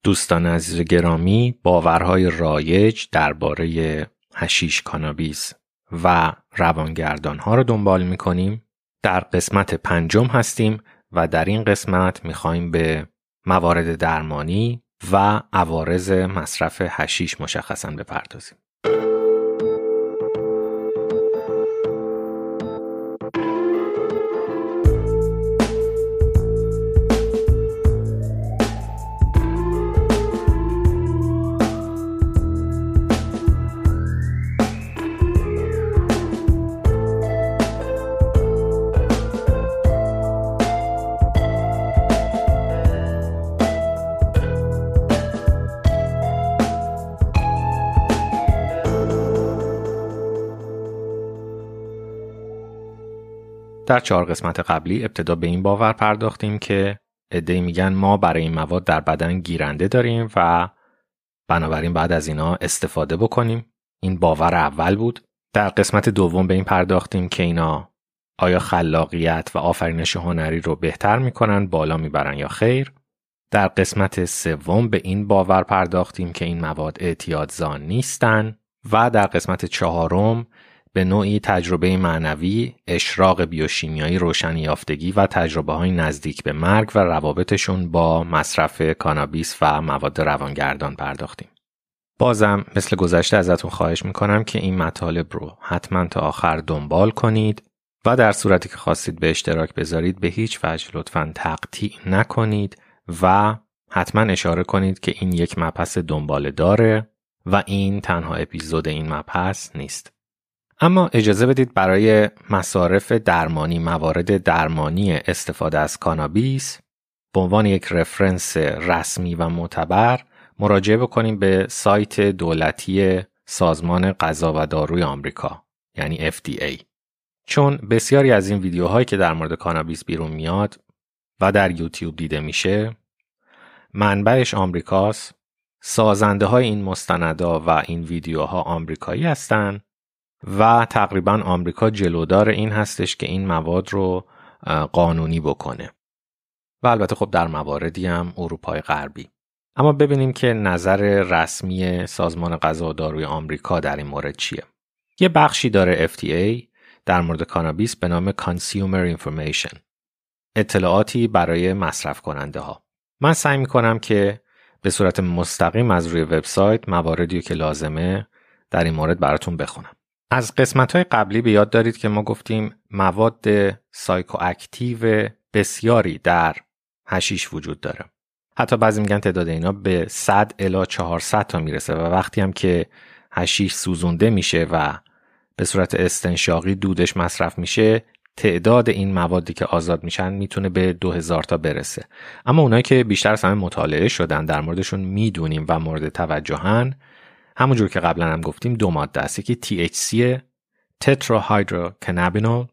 دوستان عزیز گرامی، باورهای رایج درباره حشیش، کانابیس و روانگردانها رو دنبال می‌کنیم. در قسمت 5 هستیم و در این قسمت می‌خوایم به موارد درمانی و عوارض مصرف حشیش مشخصاً بپردازیم. در 4 قسمت قبلی ابتدا به این باور پرداختیم که عده‌ای میگن ما برای این مواد در بدن گیرنده داریم و بنابراین بعد از اینا استفاده بکنیم. این باور اول بود. در قسمت دوم به این پرداختیم که اینا آیا خلاقیت و آفرینش هنری رو بهتر میکنن، بالا میبرن یا خیر. در قسمت سوم به این باور پرداختیم که این مواد اعتیادزا نیستن و در قسمت 4 به نوعی تجربه معنوی، اشراق بیوشیمیایی، روشنی یافتگی و تجربه‌های نزدیک به مرگ و روابطشون با مصرف کانابیس و مواد روانگردان پرداختیم. بازم مثل گذشته ازتون خواهش میکنم که این مطالب رو حتما تا آخر دنبال کنید و در صورتی که خواستید به اشتراک بذارید به هیچ وجه لطفاً تقطیع نکنید و حتما اشاره کنید که این یک مبحث دنباله داره و این تنها اپیزود این مبحث نیست. اما اجازه بدید برای مصارف درمانی، موارد درمانی استفاده از کانابیس به عنوان یک رفرنس رسمی و معتبر مراجعه بکنیم به سایت دولتی سازمان غذا و داروی آمریکا، یعنی FDA. چون بسیاری از این ویدیوهایی که در مورد کانابیس بیرون میاد و در یوتیوب دیده میشه منبعش آمریکاست، سازنده های این مستندا و این ویدیوها آمریکایی هستن و تقریبا آمریکا جلودار این هستش که این مواد رو قانونی بکنه و البته خب در مواردی هم اروپای غربی. اما ببینیم که نظر رسمی سازمان غذا و داروی آمریکا در این مورد چیه. یه بخشی داره FDA در مورد کانابیس به نام Consumer Information، اطلاعاتی برای مصرف کننده ها. من سعی میکنم که به صورت مستقیم از روی وبسایت مواردی که لازمه در این مورد براتون بخونم. از قسمت‌های قبلی به یاد دارید که ما گفتیم مواد سایکواکتیو بسیاری در حشیش وجود داره. حتی بعضی میگن تعداد اینا به 100 الی 400 تا میرسه و وقتی هم که حشیش سوزونده میشه و به صورت استنشاقی دودش مصرف میشه تعداد این موادی که آزاد میشن میتونه به 2000 تا برسه. اما اونایی که بیشتر از همه مطالعه شدن در موردشون میدونیم و مورد توجهن، همونجور که قبلا هم گفتیم 2 ماده است. یکی THC تتراهایدروکنابینول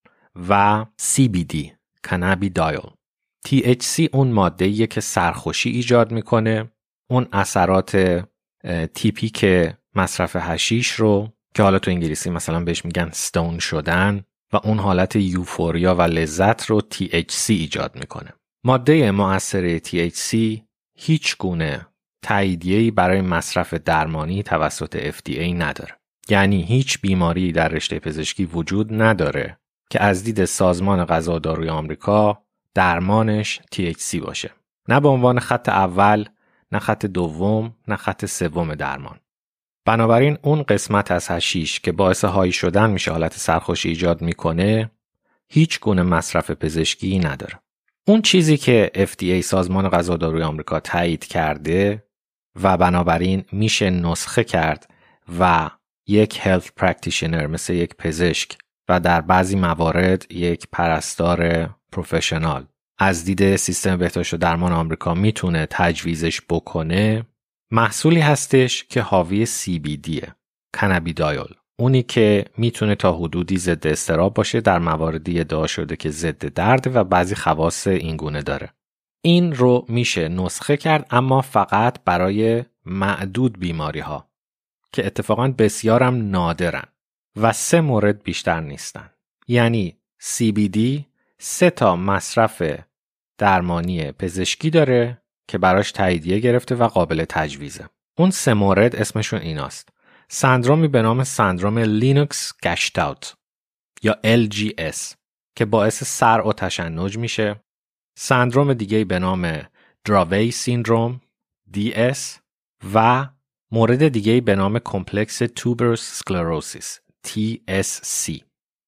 و CBD کانابیدایول. THC اون ماده‌ایه که سرخوشی ایجاد میکنه، اون اثرات تیپی که مصرف حشیش رو که حالا تو انگلیسی مثلا بهش میگن ستون شدن و اون حالت یوفوریا و لذت رو THC ایجاد میکنه. ماده مؤثر THC هیچ گونه تاییدیه‌ای برای مصرف درمانی توسط FDA نداره. یعنی هیچ بیماری در رشته پزشکی وجود نداره که از دید سازمان غذا و داروی آمریکا درمانش THC باشه. نه به عنوان خط اول، نه خط دوم، نه خط سوم درمان. بنابراین اون قسمت از حشیش که باعث هایی شدن میشه، حالت سرخوشی ایجاد میکنه، هیچ گونه مصرف پزشکی نداره. اون چیزی که FDA سازمان غذا و داروی آمریکا تایید کرده و بنابراین میشه نسخه کرد و یک health practitioner مثل یک پزشک و در بعضی موارد یک پرستار پروفشنال از دید سیستم بهداشت و درمان آمریکا میتونه تجویزش بکنه، محصولی هستش که حاوی CBDه، کانابیدایول. اونی که میتونه تا حدودی ضد اضطراب باشه، در مواردی ادعا شده که ضد درد و بعضی خواص اینگونه داره. این رو میشه نسخه کرد اما فقط برای معدود بیماری ها که اتفاقاً بسیارم نادرن و 3 مورد بیشتر نیستن. یعنی CBD 3 تا مصرف درمانی پزشکی داره که براش تاییدیه گرفته و قابل تجویزه. اون 3 مورد اسمشون ایناست: سندرومی به نام سندروم لینوکس گشتاوت یا LGS که باعث سرع و تشنج میشه، سندروم دیگه به نام دراوی سیندروم DS و مورد دیگه به نام کمپلکس توبرس سکلروسیس TSC.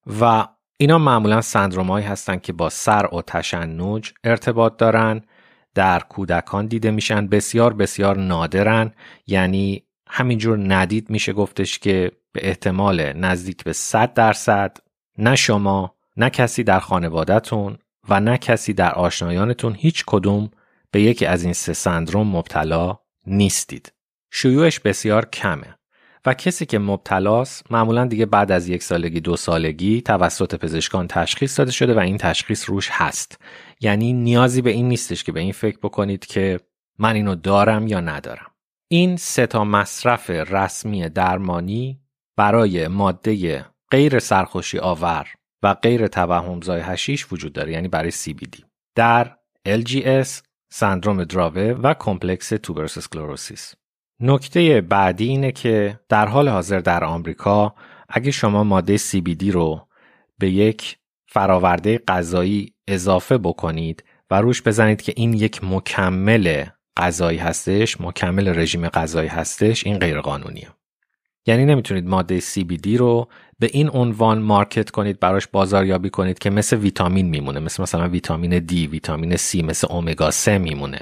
و اینا معمولا سندرومایی هستن که با سرع و تشنج ارتباط دارن، در کودکان دیده میشن، بسیار بسیار نادرن، یعنی همینجور ندید میشه گفتش که به احتمال نزدیک به 100% نه شما، نه کسی در خانواده‌تون و نه کسی در آشنایانتون هیچ کدوم به یکی از این 3 سندروم مبتلا نیستید. شیوعش بسیار کمه و کسی که مبتلاست معمولا دیگه بعد از 1 سالگی 2 سالگی توسط پزشکان تشخیص داده شده و این تشخیص روش هست. یعنی نیازی به این نیستش که به این فکر بکنید که من اینو دارم یا ندارم. این 3 تا مصرف رسمی درمانی برای ماده غیر سرخوشی آور و غیر توهمزای حشیش وجود داره، یعنی برای CBD در LGS، سندروم دراوه و کمپلکس توبرس اسکلروسیس. نکته بعدی اینه که در حال حاضر در آمریکا اگه شما ماده CBD رو به یک فراورده غذایی اضافه بکنید و روش بزنید که این یک مکمل غذایی هستش، مکمل رژیم غذایی هستش، این غیر قانونیه. یعنی نمیتونید ماده CBD رو به این عنوان مارکت کنید، براش بازاریابی کنید که مثل ویتامین میمونه، مثلا ویتامین D، ویتامین C، مثل امگا 3 میمونه.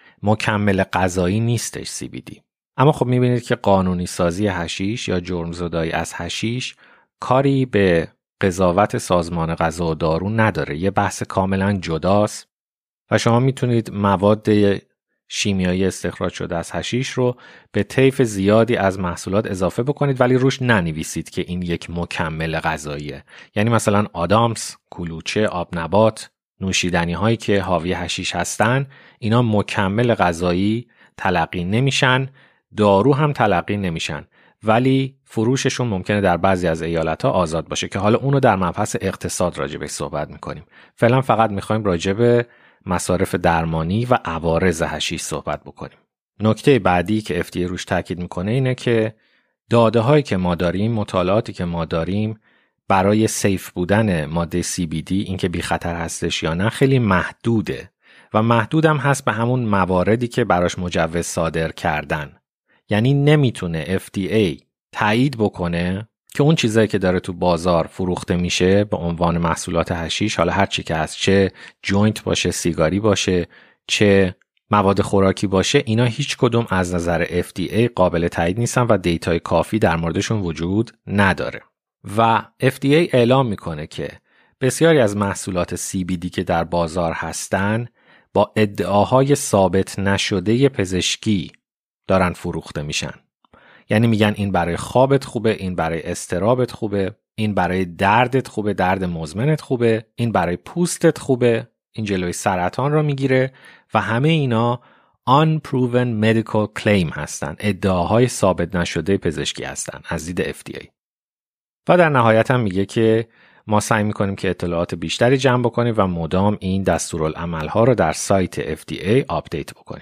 مکمل غذایی نیستش CBD. اما خب میبینید که قانونی سازی حشیش یا جرمزدایی از حشیش کاری به قضاوت سازمان غذا و دارو نداره، یه بحث کاملا جداست و شما میتونید مواد شیمیایی استخراج شده از حشیش رو به طیف زیادی از محصولات اضافه بکنید ولی روش ننویسید که این یک مکمل غذاییه. یعنی مثلا آدامس، کلوچه، آب نبات، نوشیدنی هایی که حاوی حشیش هستن، اینا مکمل غذایی تلقی نمیشن، دارو هم تلقی نمیشن، ولی فروششون ممکنه در بعضی از ایالت‌ها آزاد باشه که حالا اونو در مبحث اقتصاد راجبش صحبت میکنیم. فعلا فقط میخوایم راجب مصارف درمانی و عوارض حشیش صحبت بکنیم. نکته بعدی که FDA روش تاکید میکنه اینه که داده هایی که ما داریم، مطالعاتی که ما داریم برای سیف بودن ماده CBD، اینکه بی خطر هستش یا نه، خیلی محدوده و محدودم هست به همون مواردی که براش مجوز صادر کردن. یعنی نمیتونه FDA تایید بکنه که اون چیزایی که داره تو بازار فروخته میشه به عنوان محصولات حشیش، حالا هر چی که هست، چه جوینت باشه، سیگاری باشه، چه مواد خوراکی باشه، اینا هیچ کدوم از نظر FDA قابل تایید نیستن و دیتای کافی در موردشون وجود نداره. و FDA اعلام میکنه که بسیاری از محصولات CBD که در بازار هستن با ادعاهای ثابت نشده پزشکی دارن فروخته میشن. یعنی میگن این برای خوابت خوبه، این برای اضطرابت خوبه، این برای دردت خوبه، درد مزمنت خوبه، این برای پوستت خوبه، این جلوی سرطان رو میگیره و همه اینا unproven medical claim هستن، ادعاهای ثابت نشده پزشکی هستن از دید FDA. و در نهایت هم میگه که ما سعی میکنیم که اطلاعات بیشتری جمع بکنیم و مدام این دستورالعمل‌ها رو در سایت FDA آپدیت بکنیم.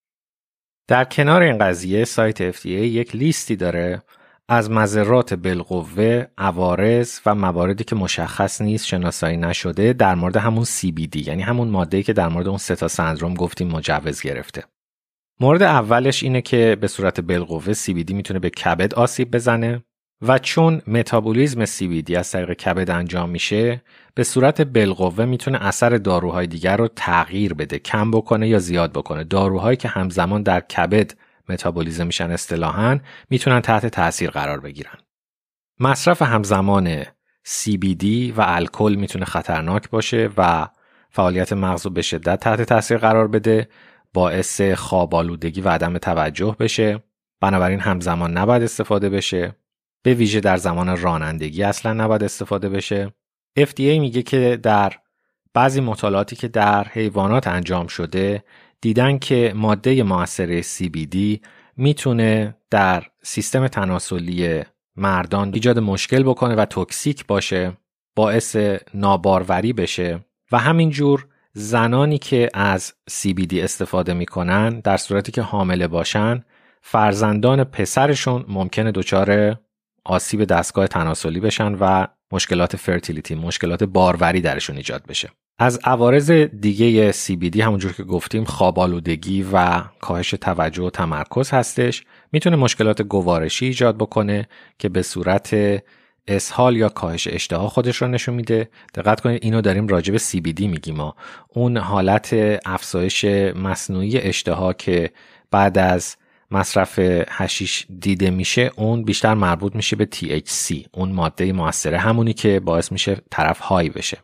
در کنار این قضیه سایت FDA یک لیستی داره از مضرات بالقوه، عوارض و مواردی که مشخص نیست، شناسایی نشده در مورد همون CBD، یعنی همون ماده‌ای که در مورد اون 3 تا سندروم گفتیم مجوز گرفته. مورد اولش اینه که به صورت بالقوه CBD میتونه به کبد آسیب بزنه و چون متابولیزم CBD از طریق کبد انجام میشه، به صورت بالقوه میتونه اثر داروهای دیگر رو تغییر بده، کم بکنه یا زیاد بکنه. داروهایی که همزمان در کبد متابولیزم میشن اصطلاحاً میتونن تحت تاثیر قرار بگیرن. مصرف همزمان CBD و الکل میتونه خطرناک باشه و فعالیت مغز رو به شدت تحت تاثیر قرار بده، باعث خواب آلودگی و عدم توجه بشه. بنابراین همزمان نباید استفاده بشه، به ویژه در زمان رانندگی اصلا نباید استفاده بشه. FDA میگه که در بعضی مطالعاتی که در حیوانات انجام شده دیدن که ماده مؤثره CBD میتونه در سیستم تناسلی مردان ایجاد مشکل بکنه و توکسیک باشه، باعث ناباروری بشه و همینجور زنانی که از CBD استفاده میکنن در صورتی که حامله باشن، فرزندان پسرشون ممکنه دچار آسیب دستگاه تناسلی بشن و مشکلات فرتیلیتی، مشکلات باروری درشون ایجاد بشه. از عوارض دیگه CBD همونجور که گفتیم خواب‌آلودگی و کاهش توجه و تمرکز هستش. میتونه مشکلات گوارشی ایجاد بکنه که به صورت اسهال یا کاهش اشتها خودش رو نشون میده. دقت کنید اینو داریم راجع به CBD میگیم ما. اون حالت افزایش مصنوعی اشتها که بعد از مصرف حشیش دیده میشه، اون بیشتر مربوط میشه به THC، اون ماده مؤثره، همونی که باعث میشه طرف های بشه.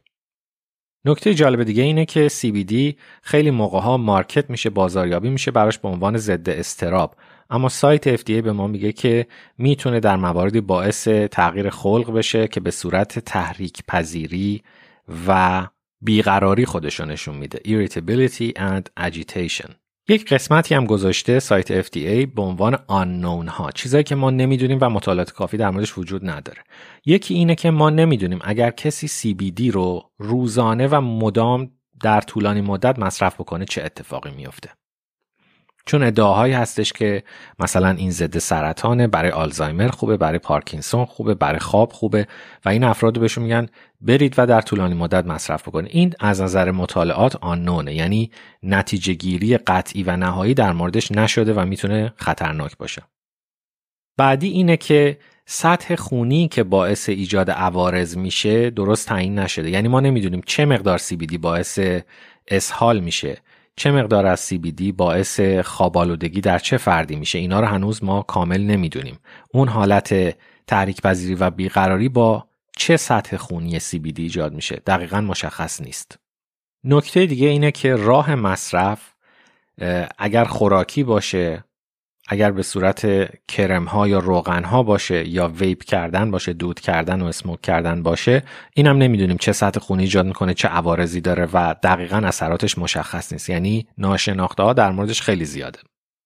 نکته جالب دیگه اینه که CBD خیلی موقع‌ها مارکت میشه، بازاریابی میشه براش به عنوان ضد اضطراب، اما سایت FDA به ما میگه که میتونه در مواردی باعث تغییر خلق بشه که به صورت تحریک پذیری و بیقراری خودشو نشون میده. Irritability and agitation. یک قسمتی هم گذاشته سایت FDA به عنوان unknown ها، چیزایی که ما نمیدونیم و مطالعات کافی در موردش وجود نداره. یکی اینه که ما نمیدونیم اگر کسی CBD رو روزانه و مدام در طولانی مدت مصرف بکنه چه اتفاقی میفته. چون ادعاهایی هستش که مثلا این ضد سرطانه، برای آلزایمر خوبه، برای پارکینسون خوبه، برای خواب خوبه و این افراد بهشون میگن برید و در طولانی مدت مصرف بکنید. این از نظر مطالعات آنونه، یعنی نتیجه گیری قطعی و نهایی در موردش نشده و میتونه خطرناک باشه. بعدی اینه که سطح خونی که باعث ایجاد عوارض میشه درست تعیین نشده، یعنی ما نمیدونیم چه مقدار CBD باعث اسهال میشه، چه مقدار از CBD باعث خواب‌آلودگی در چه فردی میشه. اینا رو هنوز ما کامل نمیدونیم. اون حالت تحریک پذیری و بیقراری با چه سطح خونی CBD ایجاد میشه دقیقاً مشخص نیست. نکته دیگه اینه که راه مصرف اگر خوراکی باشه، اگر به صورت کرم ها یا روغن ها باشه یا ویپ کردن باشه، دود کردن و اسموک کردن باشه، اینم نمیدونیم چه سطح خونی ایجاد میکنه، چه عوارضی داره و دقیقاً اثراتش مشخص نیست. یعنی ناشناخته ها در موردش خیلی زیاده.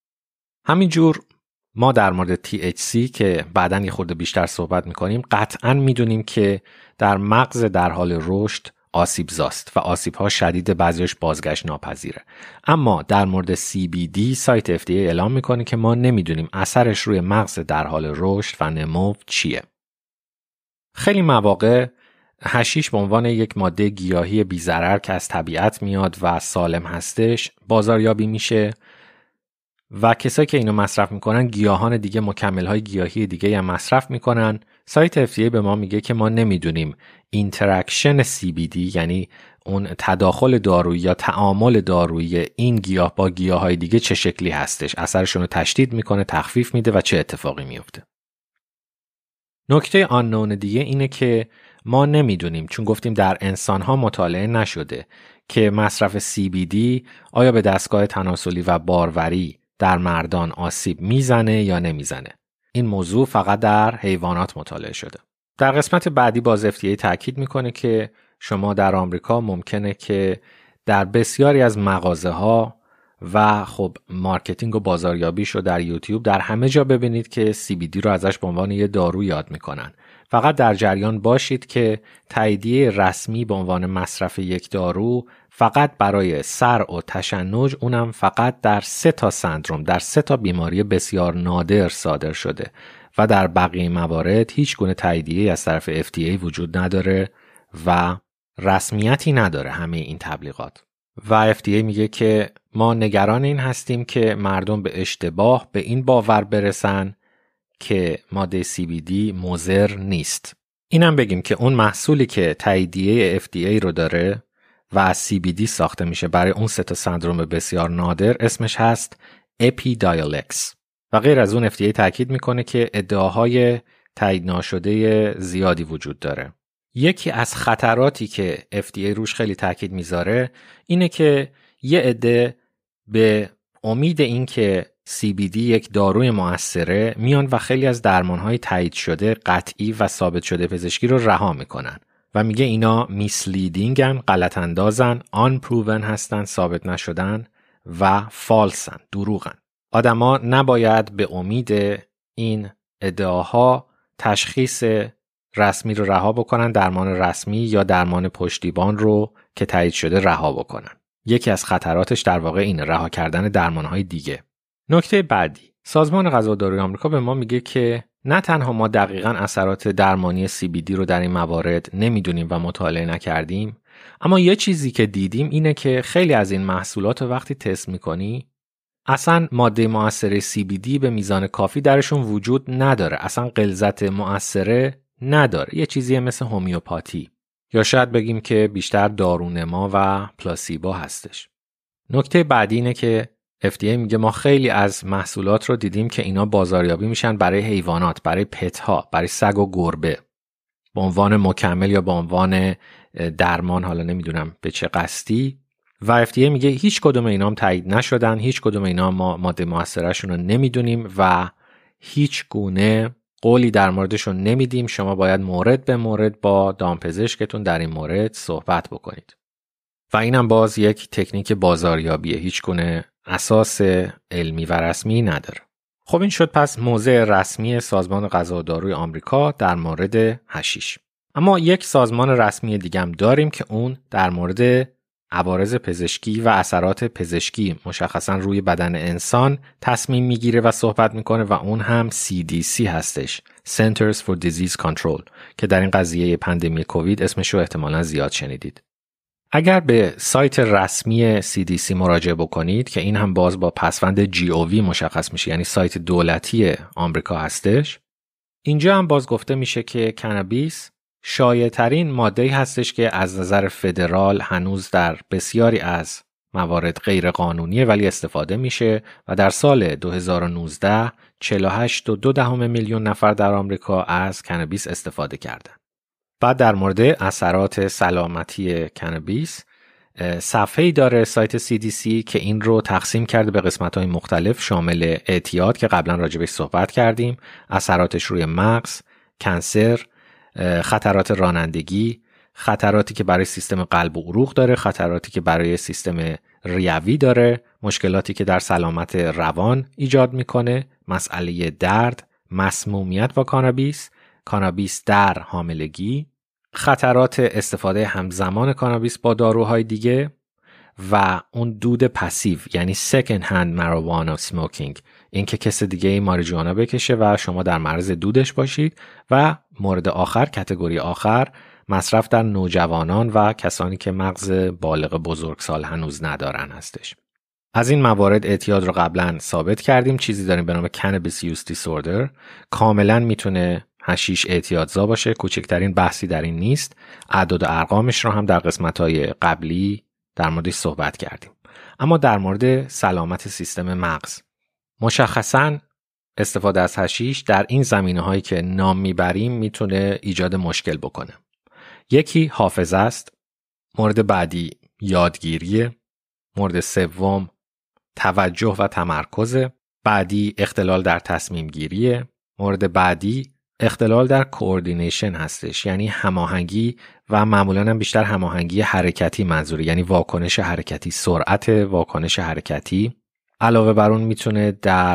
همینجور ما در مورد THC که بعداً یه خورده بیشتر صحبت میکنیم قطعاً میدونیم که در مغز در حال رشد آسیب زاست و آسیب ها شدید، بعضیش بازگشت ناپذیره. اما در مورد CBD سایت FDA اعلام میکنه که ما نمیدونیم اثرش روی مغز در حال رشد و نمو چیه. خیلی مواقع حشیش به عنوان یک ماده گیاهی بی‌ضرر که از طبیعت میاد و سالم هستش بازاریابی میشه و کسایی که اینو مصرف میکنن گیاهان دیگه، مکمل‌های گیاهی دیگه هم مصرف میکنن. سایت FDA به ما میگه که ما نمیدونیم اینتراکشن CBD، یعنی اون تداخل دارویی یا تعامل دارویی این گیاه با گیاهای دیگه چه شکلی هستش، اثرشون رو تشدید میکنه، تخفیف میده و چه اتفاقی میفته. نکته آننون دیگه اینه که ما نمیدونیم، چون گفتیم در انسانها مطالعه نشده که مصرف CBD آیا به دستگاه تناسلی و باروری در مردان آسیب میزنه یا نمیزنه. این موضوع فقط در حیوانات مطالعه شده. در قسمت بعدی باز FDA تاکید میکنه که شما در آمریکا ممکنه که در بسیاری از مغازه‌ها و خب مارکتینگ و بازاریابیش رو در یوتیوب در همه جا ببینید که CBD رو ازش به عنوان یه دارو یاد میکنن. فقط در جریان باشید که تاییدیه رسمی به عنوان مصرف یک دارو فقط برای صرع و تشنج، اونم فقط در 3 تا سندروم، در 3 تا بیماری بسیار نادر صادر شده و در بقیه موارد هیچ گونه تاییدیه از طرف FDA وجود نداره و رسمیتی نداره همه این تبلیغات. و FDA میگه که ما نگران این هستیم که مردم به اشتباه به این باور برسن که ماده CBD مضر نیست. اینم بگیم که اون محصولی که تاییدیه FDA رو داره و از CBD ساخته میشه برای اون 3 تا سندروم بسیار نادر اسمش هست Epidiolex. و غیر از اون FDA تاکید میکنه که ادعاهای تایید ناشده زیادی وجود داره. یکی از خطراتی که FDA روش خیلی تاکید میذاره اینه که یه عده به امید این که CBD یک داروی مؤثره میان و خیلی از درمانهای تایید شده قطعی و ثابت شده پزشکی رو رها میکنن و میگه اینا میسلیدینگن، غلط اندازن، unproven هستن، ثابت نشدن و فالسن، دروغن. آدما نباید به امید این ادعاها تشخیص رسمی رو رها بکنن، درمان رسمی یا درمان پشتیبان رو که تایید شده رها بکنن. یکی از خطراتش در واقع اینه، رها کردن درمانهای دیگه. نکته بعدی، سازمان غذا و داروی آمریکا به ما میگه که نه تنها ما دقیقاً اثرات درمانی CBD رو در این موارد نمیدونیم و مطالعه نکردیم، اما یه چیزی که دیدیم اینه که خیلی از این محصولات رو وقتی تست میکنی اصلا ماده مؤثره CBD به میزان کافی درشون وجود نداره، اصلا غلظت مؤثره نداره، یه چیزی مثل هومیوپاتی یا شاید بگیم که بیشتر دارونما و پلاسیبو هستش. نکته بعدی اینه که FDA میگه ما خیلی از محصولات رو دیدیم که اینا بازاریابی میشن برای حیوانات، برای پت‌ها، برای سگ و گربه به عنوان مکمل یا به عنوان درمان، حالا نمیدونم به چه قصدی، و FDA میگه هیچ کدوم اینا هم تایید نشدن، هیچ کدوم اینا ما ماده مؤثرشون رو نمیدونیم و هیچ گونه قولی در موردشون نمیدیم. شما باید مورد به مورد با دامپزشکتون در این مورد صحبت بکنید. و اینم باز یک تکنیک بازاریابیه، هیچ گونه اساس علمی و رسمی نداره. خب این شد پس موضع رسمی سازمان غذا و داروی آمریکا در مورد حشیش. اما یک سازمان رسمی دیگه هم داریم که اون در مورد عوارض پزشکی و اثرات پزشکی مشخصا روی بدن انسان تصمیم میگیره و صحبت میکنه و اون هم CDC هستش، Centers for Disease Control، که در این قضیه پاندمی کووید اسمش رو احتمالاً زیاد شنیدید. اگر به سایت رسمی CDC مراجعه بکنید که این هم باز با پسوند GOV مشخص میشه، یعنی سایت دولتی آمریکا هستش، اینجا هم باز گفته میشه که کنابیس شایع‌ترین ماده‌ای هستش که از نظر فدرال هنوز در بسیاری از موارد غیر قانونیه ولی استفاده میشه و در سال 2019 48.2 میلیون نفر در آمریکا از کنابیس استفاده کردن. بعد در مورد اثرات سلامتی کنابیس صفحه‌ای داره سایت CDC که این رو تقسیم کرده به قسمت‌های مختلف شامل اعتیاد که قبلا راجبش صحبت کردیم، اثراتش روی مغز، کنسر، خطرات رانندگی، خطراتی که برای سیستم قلب و عروق داره، خطراتی که برای سیستم ریوی داره، مشکلاتی که در سلامت روان ایجاد میکنه، مسئله درد، مسمومیت با کانابیس، کانابیس در حاملگی، خطرات استفاده همزمان کانابیس با داروهای دیگه و اون دود پسیو یعنی second hand marijuana smoking، این که کس دیگه ماریجوانا بکشه و شما در معرض دودش باشید، و مورد آخر، کاتگوری آخر، مصرف در نوجوانان و کسانی که مغز بالغ بزرگسال هنوز ندارن هستش. از این موارد اعتیاد رو قبلا ثابت کردیم، چیزی داریم به نام cannabis use disorder، کاملا میتونه حشیش اعتیادزا باشه، کوچکترین بحثی در این نیست. اعداد و ارقامش رو هم در قسمت‌های قبلی در موردش صحبت کردیم. اما در مورد سلامت سیستم مغز، مشخصاً استفاده از حشیش در این زمینه‌هایی که نام میبریم میتونه ایجاد مشکل بکنه. یکی حافظه است، مورد بعدی یادگیریه، مورد سوم توجه و تمرکز، بعدی اختلال در تصمیم گیریه، مورد بعدی اختلال در کوردینیشن هستش، یعنی هماهنگی و معمولاً هم بیشتر هماهنگی حرکتی منظوره، یعنی واکنش حرکتی، سرعت واکنش حرکتی. علاوه بر اون میتونه در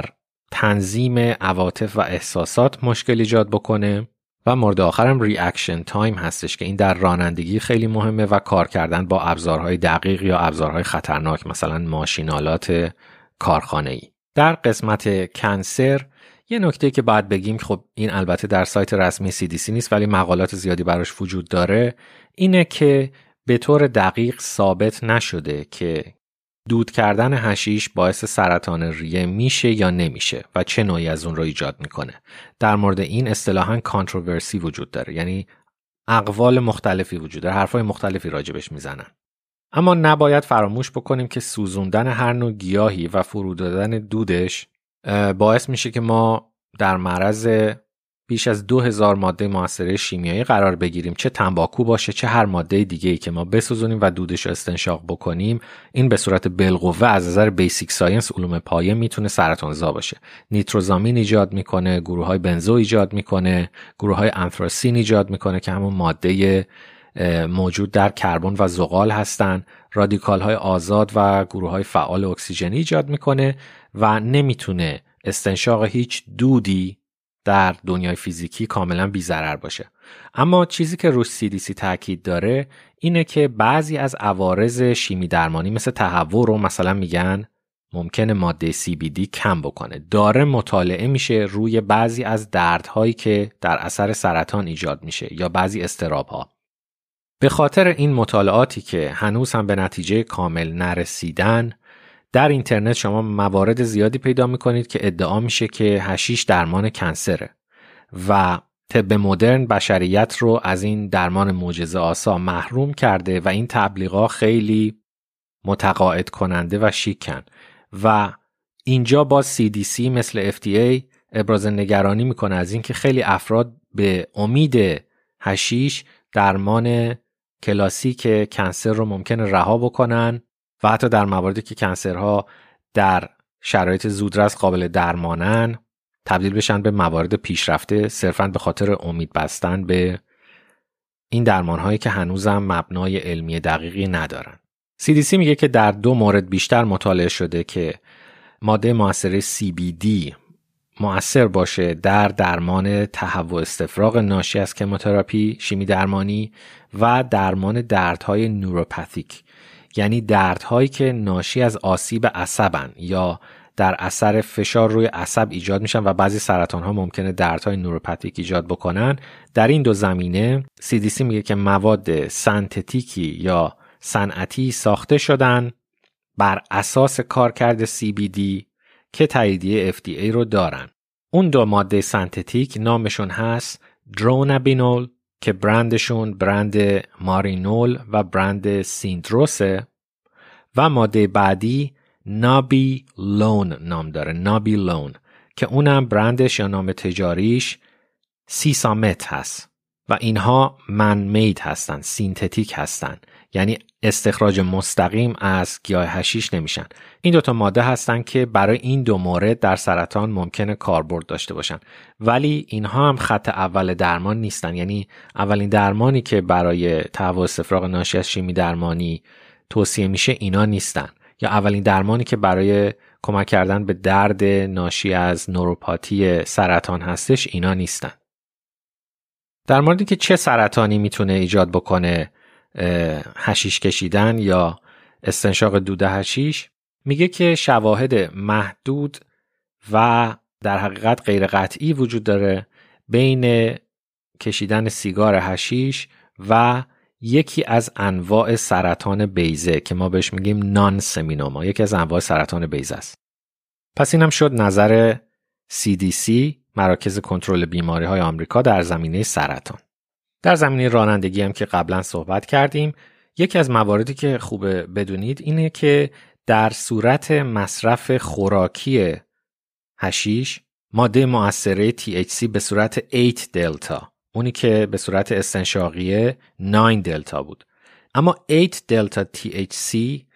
تنظیم عواطف و احساسات مشکل ایجاد بکنه و مورد آخرم ریاکشن تایم هستش که این در رانندگی خیلی مهمه و کار کردن با ابزارهای دقیق یا ابزارهای خطرناک مثلا ماشینالات کارخانه‌ای. در قسمت کنسر یه نکته که باید بگیم، خب این البته در سایت رسمی CDC نیست ولی مقالات زیادی براش وجود داره، اینه که به طور دقیق ثابت نشده که دود کردن حشیش باعث سرطان ریه میشه یا نمیشه و چه نوعی از اون رو ایجاد میکنه. در مورد این اصطلاحاً کانتروورسی وجود داره، یعنی اقوال مختلفی وجود داره، حرفای مختلفی راجبش میزنن. اما نباید فراموش بکنیم که سوزوندن هر نوع گیاهی و فرو دادن دودش باعث میشه که ما در معرض بیش از 2000 ماده مؤثره شیمیایی قرار بگیریم، چه تنباکو باشه چه هر ماده دیگه‌ای که ما بسوزونیم و دودش رو استنشاق بکنیم. این به صورت بالقوه از نظر بیسیک ساینس، علوم پایه، میتونه سرطانزا باشه. نیتروزامین ایجاد میکنه، گروه‌های بنزو ایجاد میکنه، گروه‌های انتراسین ایجاد میکنه که همون ماده موجود در کربن و زغال هستن، رادیکال‌های آزاد و گروه‌های فعال اکسیژنی ایجاد میکنه و نمیتونه استنشاق هیچ دودی در دنیای فیزیکی کاملا بی ضرر باشه. اما چیزی که روش CDC تاکید داره اینه که بعضی از عوارض شیمی درمانی مثل تهوع رو مثلا میگن ممکنه ماده CBD کم بکنه. داره مطالعه میشه روی بعضی از دردهایی که در اثر سرطان ایجاد میشه یا بعضی اضطراب‌ها. به خاطر این مطالعاتی که هنوز هم به نتیجه کامل نرسیدن، در اینترنت شما موارد زیادی پیدا میکنید که ادعا میشه که حشیش درمان کنسره و طب مدرن بشریت رو از این درمان معجزه آسا محروم کرده و این تبلیغات خیلی متقاعد کننده و شیکن و اینجا با CDC مثل FDA ابراز نگرانی میکنه از این که خیلی افراد به امید حشیش درمان کلاسیک کنسر رو ممکنه رها بکنن و حتی در مواردی که کنسرها در شرایط زودرس قابل درمانن تبدیل بشن به موارد پیشرفته صرفاً به خاطر امید بستن به این درمانهایی که هنوزم مبنای علمی دقیقی ندارن. CDC میگه که در 2 مورد بیشتر مطالعه شده که ماده مؤثره CBD مؤثر باشه در درمان تهوع استفراغ ناشی از کموتراپی شیمی درمانی و درمان دردهای نوروپاتیک، یعنی دردهایی که ناشی از آسیب عصبن یا در اثر فشار روی عصب ایجاد میشن و بعضی سرطان‌ها ممکنه دردهای نوروپاتیک ایجاد بکنن. در این 2 زمینه CDC میگه که مواد سنتتیکی یا صنعتی ساخته شدن بر اساس کارکرد CBD که تاییدیه FDA رو دارن. اون 2 ماده سنتتیک نامشون هست درونابینول که برندشون برند مارینول و برند سیندروسه و ماده بعدی نابیلون نام داره، نابیلون که اونم برندش یا نام تجاریش سیسامت هست و اینها من مید هستن، سینتتیک هستن، یعنی استخراج مستقیم از گیاه حشیش نمیشن. این 2 تا ماده هستن که برای این 2 مورد در سرطان ممکنه کاربرد داشته باشن، ولی اینها هم خط اول درمان نیستن. یعنی اولین درمانی که برای تهوع استفراغ ناشی از شیمی درمانی توصیه میشه اینا نیستن، یا اولین درمانی که برای کمک کردن به درد ناشی از نوروپاتی سرطان هستش اینا نیستن. در موردی که چه سرطانی میتونه ایجاد بکنه حشیش کشیدن یا استنشاق دود حشیش، میگه که شواهد محدود و در حقیقت غیر قطعی وجود داره بین کشیدن سیگار حشیش و یکی از انواع سرطان بیضه که ما بهش میگیم نان سمینوما، یکی از انواع سرطان بیضه است. پس اینم شد نظر CDC، مراکز کنترل بیماری‌های آمریکا در زمینه سرطان. در زمینه رانندگی هم که قبلا صحبت کردیم، یکی از مواردی که خوبه بدونید اینه که در صورت مصرف خوراکی حشیش ماده مؤثره THC به صورت 8 دلتا، اونی که به صورت استنشاقیه 9 دلتا بود، اما 8 دلتا THC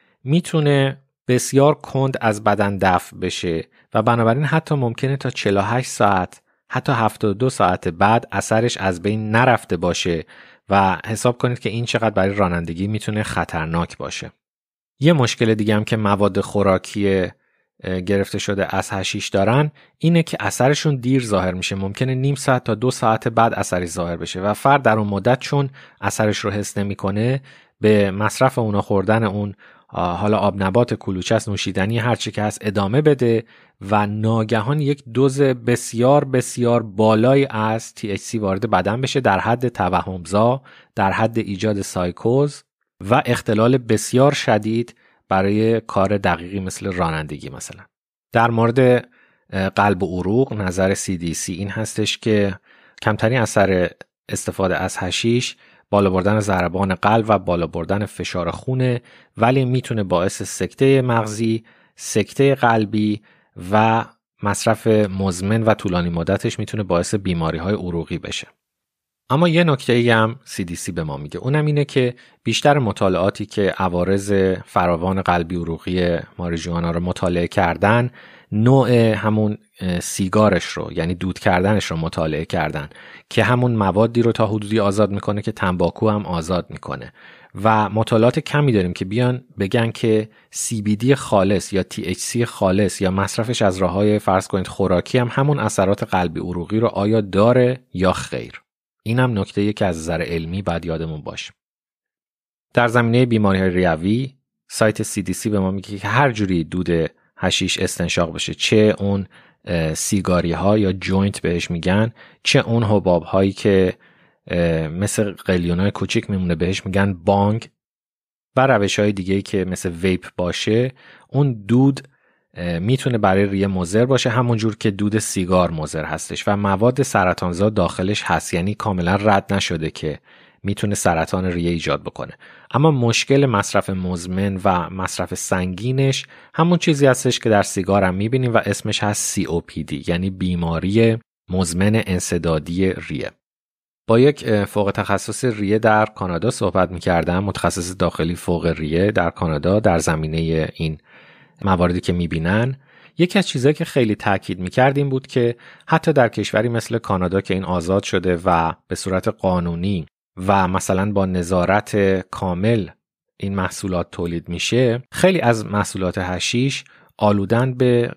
میتونه بسیار کند از بدن دفع بشه و بنابراین حتی ممکنه تا 48 ساعت حتی 72 ساعت بعد اثرش از بین نرفته باشه و حساب کنید که این چقدر برای رانندگی میتونه خطرناک باشه. یه مشکل دیگه هم که مواد خوراکی گرفته شده از حشیش دارن اینه که اثرشون دیر ظاهر میشه، ممکنه نیم ساعت تا 2 ساعت بعد اثرش ظاهر بشه و فرد در اون مدت چون اثرش رو حس نمیکنه به مصرف اونا، خوردن اون حالا آب نبات، کلوچه، نوشیدنی، هر چی که هست ادامه بده و ناگهان یک دوز بسیار بسیار بالایی از THC وارد بدن بشه در حد توهمزا، در حد ایجاد سایکوز و اختلال بسیار شدید برای کار دقیقی مثل رانندگی. مثلا در مورد قلب و عروق نظر CDC این هستش که کمترین اثر استفاده از حشیش بالا بردن ضربان قلب و بالا بردن فشار خونه، ولی میتونه باعث سکته مغزی، سکته قلبی و مصرف مزمن و طولانی مدتش میتونه باعث بیماری‌های عروقی بشه. اما یه نکته‌ای هم CDC به ما میگه، اونم اینه که بیشتر مطالعاتی که عوارض فراوان قلبی عروقی ماریجوانا رو مطالعه کردن نوع همون سیگارش رو یعنی دود کردنش رو مطالعه کردن که همون موادی رو تا حدودی آزاد میکنه که تنباکو هم آزاد میکنه و مطالعات کمی داریم که بیان بگن که CBD خالص یا THC خالص یا مصرفش از راههای فرض کنید خوراکی هم همون اثرات قلبی عروقی رو آیا داره یا خیر. این هم نکته‌ایه که از نظر علمی باید یادمون باشه. در زمینه بیماری‌های ریوی سایت CDC به ما میگه که هر جوری دود حشیش استنشاق بشه، چه اون سیگاری ها یا جوینت بهش میگن، چه اون حباب هایی که مثل قلیونای کوچیک میمونه بهش میگن بانگ و روش های دیگه‌ای که مثل ویپ باشه، اون دود میتونه برای ریه مضر باشه همونجور که دود سیگار مضر هستش و مواد سرطانزا داخلش هست، یعنی کاملا رد نشده که میتونه سرطان ریه ایجاد بکنه. اما مشکل مصرف مزمن و مصرف سنگینش همون چیزی هستش که در سیگار هم میبینیم و اسمش هست COPD، یعنی بیماری مزمن انسدادی ریه. با یک فوق تخصص ریه در کانادا صحبت میکردم، متخصص داخلی فوق ریه در کانادا در زمینه این مواردی که میبینن. یکی از چیزایی که خیلی تاکید میکرد این بود که حتی در کشوری مثل کانادا که این آزاد شده و به صورت قانونی و مثلا با نظارت کامل این محصولات تولید میشه، خیلی از محصولات حشیش آلودن به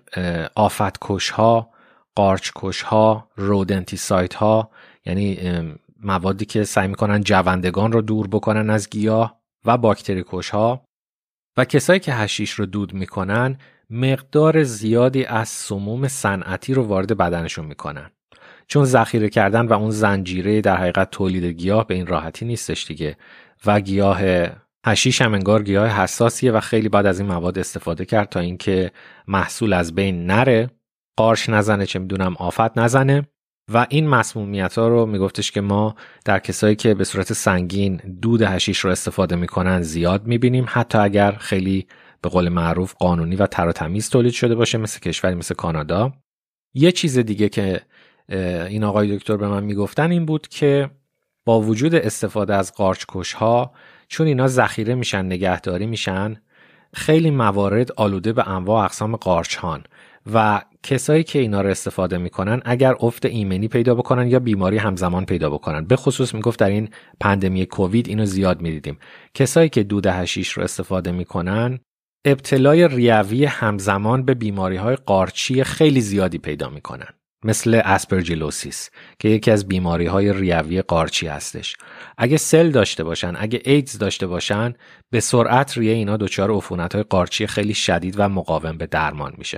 آفتکش‌ها، قارچکش‌ها، رودنتیسایدها، یعنی موادی که سعی میکنن جوندگان رو دور بکنن از گیاه، و باکتری کش‌ها. و کسایی که حشیش رو دود میکنن مقدار زیادی از سموم صنعتی رو وارد بدنشون میکنن، چون ذخیره کردن و اون زنجیره در حقیقت تولید گیاه به این راحتی نیستش دیگه و گیاه حشیش هم انگار گیاه حساسیه و خیلی باید از این مواد استفاده کرد تا اینکه محصول از بین نره، قارچ نزنه، چه میدونم آفت نزنه. و این مسمومیت‌ها رو میگفتش که ما در کسایی که به صورت سنگین دود حشیش رو استفاده میکنن زیاد میبینیم، حتی اگر خیلی به قول معروف قانونی و تر و تمیز تولید شده باشه مثل کشوری مثل کانادا. یه چیز دیگه که این آقای دکتر به من میگفتن این بود که با وجود استفاده از قارچکش‌ها، چون اینا ذخیره میشن، نگهداری میشن، خیلی موارد آلوده به انواع اقسام قارچ‌هان و کسایی که اینا رو استفاده میکنن اگر افت ایمنی پیدا بکنن یا بیماری همزمان پیدا بکنن، به خصوص میگفت در این پندمی کووید اینو زیاد میدیدیم، کسایی که دود حشیش رو استفاده میکنن ابتلای ریوی همزمان به بیماری‌های قارچی خیلی زیادی پیدا میکنن، مثل اسپرجیلوسیس که یکی از بیماری‌های ریوی قارچی هستش. اگه سل داشته باشن، اگه ایدز داشته باشن، به سرعت ریه اینا دچار عفونت‌های قارچی خیلی شدید و مقاوم به درمان میشه.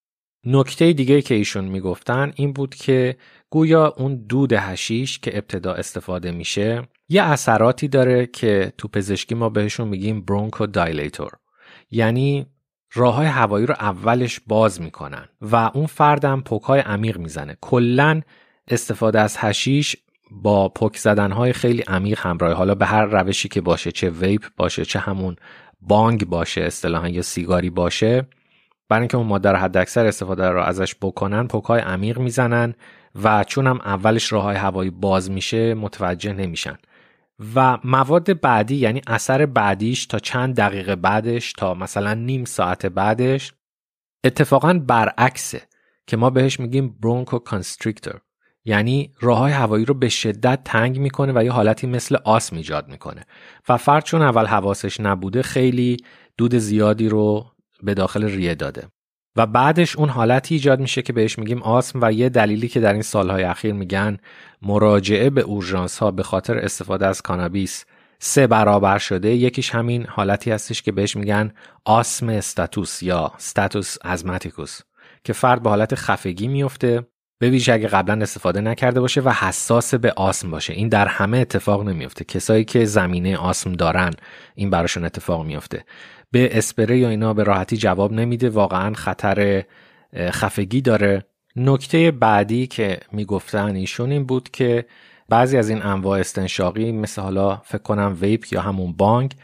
نکته دیگه که ایشون میگفتن این بود که گویا اون دود حشیش که ابتدا استفاده میشه یه اثراتی داره که تو پزشکی ما بهشون میگیم برونکو دایلیتور، یعنی راههای هوایی رو اولش باز میکنن و اون فردم پک‌های عمیق میزنه. کلن استفاده از حشیش با پک زدنهای خیلی عمیق همراه، حالا به هر روشی که باشه، چه ویپ باشه، چه همون بانگ باشه اصطلاحاً یا سیگاری باشه، برای اینکه اون ماده رو حداکثر استفاده رو ازش بکنن پک‌های عمیق میزنن و چون هم اولش راههای هوایی باز میشه متوجه نمیشن و مواد بعدی، یعنی اثر بعدیش تا چند دقیقه بعدش، تا مثلا نیم ساعت بعدش اتفاقاً برعکسه که ما بهش میگیم برونکو کانستریکتور، یعنی راههای هوایی رو به شدت تنگ میکنه و یه حالتی مثل آسم ایجاد میکنه و فرد چون اول حواسش نبوده خیلی دود زیادی رو به داخل ریه داده و بعدش اون حالتی ایجاد میشه که بهش میگیم آسم. و یه دلیلی که در این سالهای اخیر میگن مراجعه به اورژانس ها به خاطر استفاده از کانابیس 3 برابر شده، یکیش همین حالتی هستش که بهش میگن آسم استاتوس یا استاتوس ازماتیکوس، که فرد به حالت خفگی میفته، به ویژه اگه قبلا استفاده نکرده باشه و حساس به آسم باشه. این در همه اتفاق نمیفته، کسایی که زمینه آسم دارن این براشون اتفاق میفته. به اسپری یا اینا به راحتی جواب نمیده، واقعا خطر خفگی داره. نکته بعدی که میگفتن ایشون این بود که بعضی از این انواع استنشاقی مثل حالا فکر کنم ویپ یا همون بانگ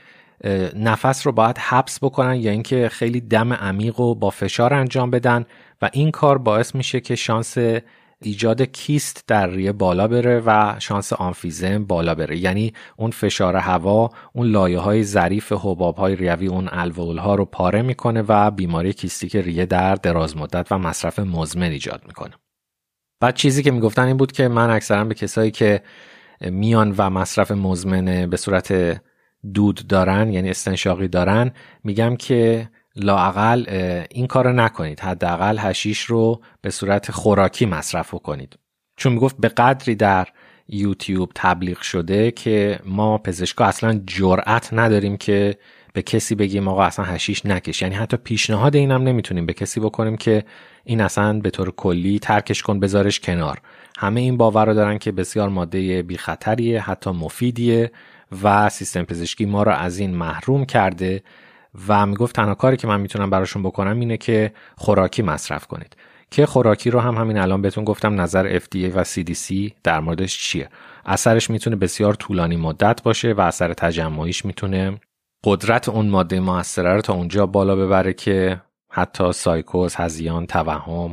نفس رو باید حبس بکنن یا اینکه خیلی دم عمیق رو با فشار انجام بدن و این کار باعث میشه که شانس ایجاد کیست در ریه بالا بره و شانس آمفیزم بالا بره. یعنی اون فشار هوا اون لایه‌های ظریف حباب‌های ریوی اون الوئول‌ها رو پاره میکنه و بیماری کیستیک ریه در دراز مدت و مصرف مزمن ایجاد میکنه. بعد چیزی که میگفتن این بود که من اکثرا به کسایی که میان و مصرف مزمن به صورت دود دارن، یعنی استنشاقی دارن، میگم که لااقل این کارو نکنید، حداقل حشیش رو به صورت خوراکی مصرف کنید. چون میگفت به قدری در یوتیوب تبلیغ شده که ما پزشکا اصلا جرأت نداریم که به کسی بگیم آقا اصلا حشیش نکش. یعنی حتی پیشنهاد اینم نمیتونیم به کسی بکنیم که این اصلا به طور کلی ترکش کن، بذارش کنار. همه این باور رو دارن که بسیار ماده بی خطریه، حتی مفیدیه و سیستم پزشکی ما رو از این محروم کرده و میگفت تنها کاری که من میتونم براشون بکنم اینه که خوراکی مصرف کنید. که خوراکی رو هم همین الان بهتون گفتم نظر FDA و CDC در موردش چیه. اثرش میتونه بسیار طولانی مدت باشه و اثر تجمعیش میتونه قدرت اون ماده مؤثره رو تا اونجا بالا ببره که حتی سایکوز، هذیان، توهم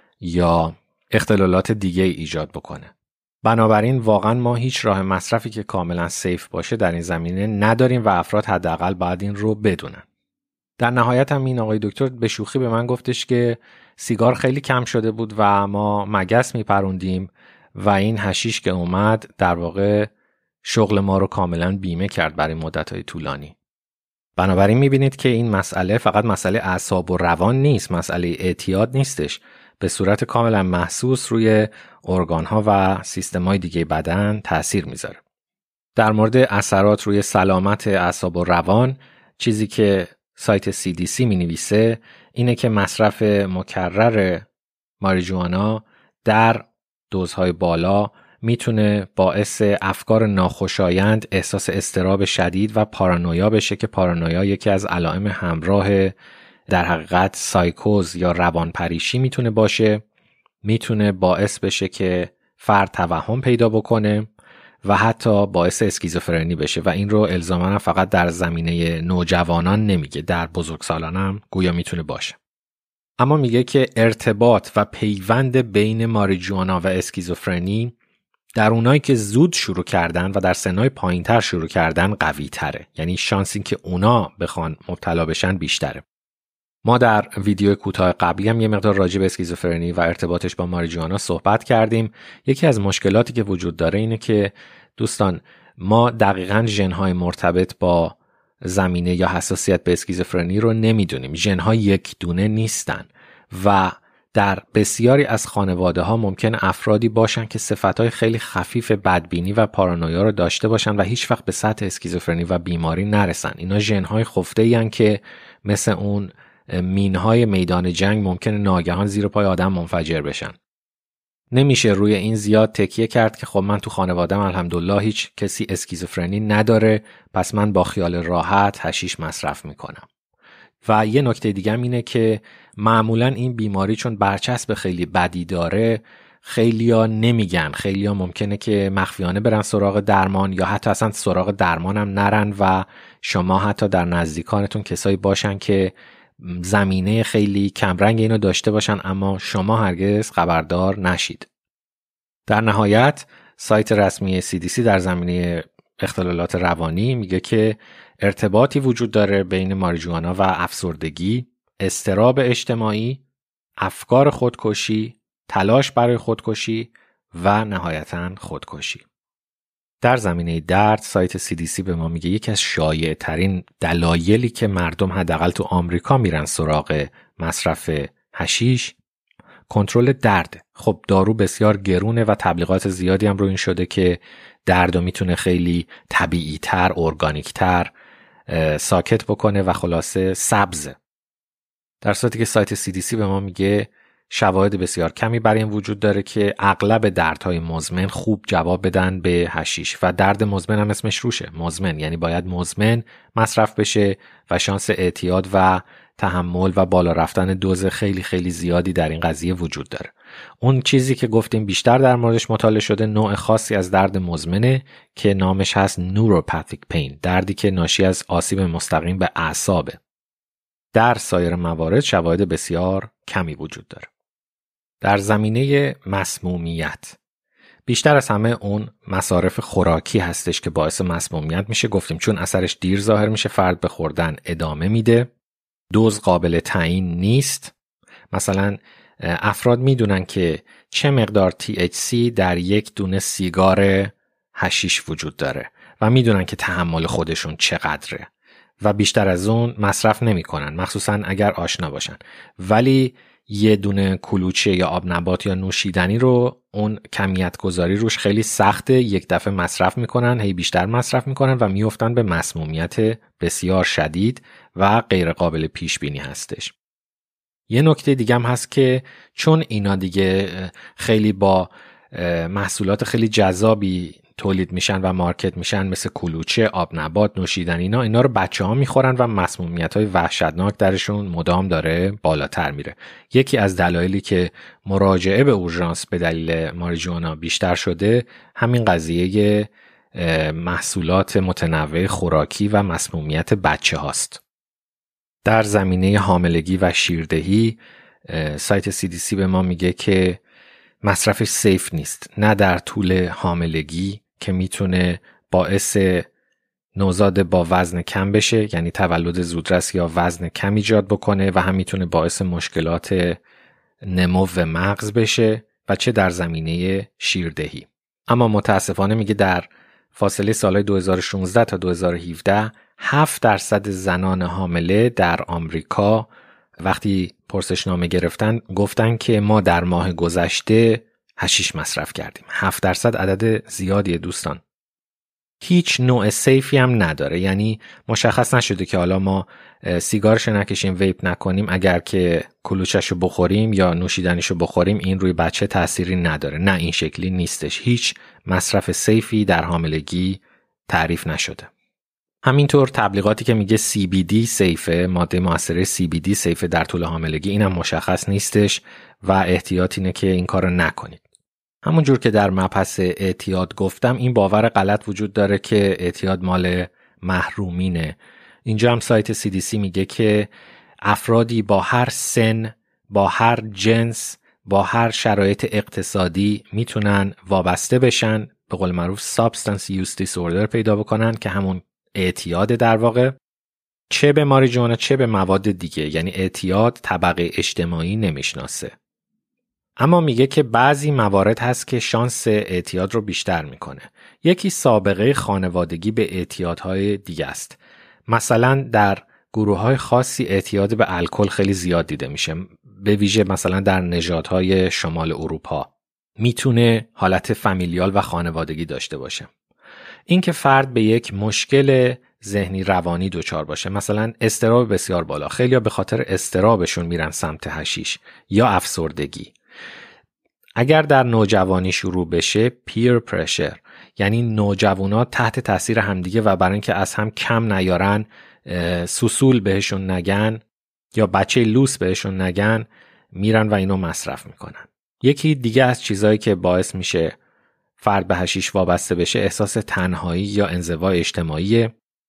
یا اختلالات دیگه ایجاد بکنه. بنابراین واقعا ما هیچ راه مصرفی که کاملا سیف باشه در این زمینه نداریم و افراد حداقل باید این رو بدونن. در نهایت هم این آقای دکتر به شوخی به من گفتش که سیگار خیلی کم شده بود و ما مگس میپروندیم و این حشیش که اومد در واقع شغل ما رو کاملا بیمه کرد برای مدت‌های طولانی. بنابراین میبینید که این مسئله فقط مسئله اعصاب و روان نیست، مسئله اعتیاد نیستش، به صورت کاملا محسوس روی ارگان‌ها و سیستم‌های دیگه بدن تأثیر میذاره. در مورد اثرات روی سلامت اعصاب و روان چیزی که سایت CDC مینویسه اینه که مصرف مکرر ماریجوانا در دوزهای بالا میتونه باعث افکار ناخوشایند، احساس اضطراب شدید و پارانویا بشه که پارانویا یکی از علائم همراه در حقیقت سایکوز یا روانپریشی میتونه باشه. میتونه باعث بشه که فرد توهم پیدا بکنه و حتی باعث اسکیزوفرنی بشه و این رو الزاماً فقط در زمینه نوجوانان نمیگه، در بزرگسالان هم گویا میتونه باشه. اما میگه که ارتباط و پیوند بین ماریجوانا و اسکیزوفرنی در اونایی که زود شروع کردن و در سنهای پایینتر شروع کردن قوی تره. یعنی شانس این که اونا بخوان مبتلا بشن بیشتره. ما در ویدیو کوتاه قبلی هم یه مقدار راجع به اسکیزوفرنی و ارتباطش با ماریجوانا صحبت کردیم. یکی از مشکلاتی که وجود داره اینه که دوستان ما دقیقاً ژن‌های مرتبط با زمینه یا حساسیت به اسکیزوفرنی رو نمیدونیم. ژن‌ها یک دونه نیستن و در بسیاری از خانواده ها ممکن افرادی باشن که صفتهای خیلی خفیف بدبینی و پارانویا رو داشته باشن و هیچ وقت به سطح اسکیزوفرنی و بیماری نرسن. اینا ژن‌های خفته‌ای هستن که مثل اون مینهای میدان جنگ ممکنه ناگهان زیر پای آدم منفجر بشن. نمیشه روی این زیاد تکیه کرد که خب من تو خانواده‌ام الحمدلله هیچ کسی اسکیزوفرنی نداره، پس من با خیال راحت حشیش مصرف میکنم. و یه نکته دیگه هم اینه که معمولا این بیماری چون برچسب خیلی بدی داره خیلیا نمیگن، خیلیا ممکنه که مخفیانه برن سراغ درمان یا حتی اصلا سراغ درمان هم نرن و شما حتی در نزدیکانتون کسایی باشن که زمینه خیلی کمرنگ اینو داشته باشن اما شما هرگز خبردار نشید. در نهایت سایت رسمی CDC در زمینه اختلالات روانی میگه که ارتباطی وجود داره بین ماریجوانا و افسردگی، اضطراب اجتماعی، افکار خودکشی، تلاش برای خودکشی و نهایتاً خودکشی. در زمینه درد سایت CDC به ما میگه یکی از شایع ترین دلایلی که مردم حداقل تو آمریکا میرن سراغ مصرف حشیش کنترل درد. خب دارو بسیار گرونه و تبلیغات زیادی هم رو این شده که دردو میتونه خیلی طبیعی تر، ارگانیک تر ساکت بکنه و خلاصه سبزه. در صورتی که سایت CDC به ما میگه شواهد بسیار کمی برای این وجود داره که اغلب دردهای مزمن خوب جواب بدن به حشیش و درد مزمن هم اسمش روشه، مزمن، یعنی باید مزمن مصرف بشه و شانس اعتیاد و تحمل و بالا رفتن دوز خیلی خیلی زیادی در این قضیه وجود داره. اون چیزی که گفتیم بیشتر در موردش مطالعه شده نوع خاصی از درد مزمنه که نامش هست نوروپاتیک پین، دردی که ناشی از آسیب مستقیم به اعصابه. در سایر موارد شواهد بسیار کمی وجود داره. در زمینه مسمومیت بیشتر از همه اون مصارف خوراکی هستش که باعث مسمومیت میشه. گفتیم چون اثرش دیر ظاهر میشه، فرد به خوردن ادامه میده، دوز قابل تعیین نیست. مثلا افراد میدونن که چه مقدار THC در یک دونه سیگار حشیش وجود داره و میدونن که تحمل خودشون چقدره و بیشتر از اون مصرف نمیکنن، مخصوصا اگر آشنا باشن. ولی یه دونه کلوچه یا آب نبات یا نوشیدنی رو اون کمیت گذاری روش خیلی سخته، یک دفعه مصرف میکنن، هی بیشتر مصرف میکنن و میافتن به مسمومیت بسیار شدید و غیر قابل پیش بینی هستش. یه نکته دیگه هم هست که چون اینا دیگه خیلی با محصولات خیلی جذابی تولید میشن و مارکت میشن، مثل کلوچه، آب نبات، نوشیدنی، اینا رو بچه‌ها میخورن و مسمومیت‌های وحشتناک درشون مدام داره بالاتر میره. یکی از دلایلی که مراجعه به اورژانس به دلیل ماریجوانا بیشتر شده همین قضیه محصولات متنوع خوراکی و مسمومیت بچه هاست. در زمینه حاملگی و شیردهی سایت CDC به ما میگه که مصرفش سیف نیست، نه در طول حاملگی که میتونه باعث نوزاد با وزن کم بشه، یعنی تولد زودرس یا وزن کم ایجاد بکنه، و هم میتونه باعث مشکلات نمو مغز بشه، و چه در زمینه شیردهی. اما متاسفانه میگه در فاصله سالهای 2016 تا 2017 7% زنان حامله در آمریکا وقتی پرسشنامه گرفتن گفتن که ما در ماه گذشته حشیش مصرف کردیم. 7% عدد زیادیه دوستان. هیچ نوع سیفی هم نداره، یعنی مشخص نشده که حالا ما سیگارشو نکشیم، ویپ نکنیم، اگر که کلوچه‌شو بخوریم یا نوشیدنیشو بخوریم این روی بچه تأثیری نداره. نه، این شکلی نیستش. هیچ مصرف سیفی در حاملگی تعریف نشده. همینطور تبلیغاتی که میگه CBD سیفه، ماده مؤثره CBD سیفه در طول حاملگی، اینم مشخص نیستش و احتیاط اینه که این کارو نکنید. همونجور که در مبحث اعتیاد گفتم، این باور غلط وجود داره که اعتیاد مال محرومینه. اینجا هم سایت CDC میگه که افرادی با هر سن، با هر جنس، با هر شرایط اقتصادی میتونن وابسته بشن، به قول معروف substance use disorder پیدا بکنن که همون اعتیاد در واقع، چه به ماریجوانا چه به مواد دیگه. یعنی اعتیاد طبقه اجتماعی نمیشناسه. اما میگه که بعضی موارد هست که شانس اعتیاد رو بیشتر میکنه. یکی سابقه خانوادگی به اعتیادهای دیگه است. مثلا در گروه‌های خاصی اعتیاد به الکل خیلی زیاد دیده میشه، به ویژه مثلا در نژادهای شمال اروپا. میتونه حالت فامیلیال و خانوادگی داشته باشه. این که فرد به یک مشکل ذهنی روانی دچار باشه، مثلا اضطراب بسیار بالا، خیلی‌ها به خاطر اضطرابشون میرن سمت حشیش، یا افسردگی. اگر در نوجوانی شروع بشه پیر پرشر، یعنی نوجوانا تحت تاثیر همدیگه و برای اینکه از هم کم نیارن، سوسول بهشون نگن یا بچه لوس بهشون نگن، میرن و اینو مصرف میکنن. یکی دیگه از چیزایی که باعث میشه فرد به حشیش وابسته بشه احساس تنهایی یا انزوای اجتماعی،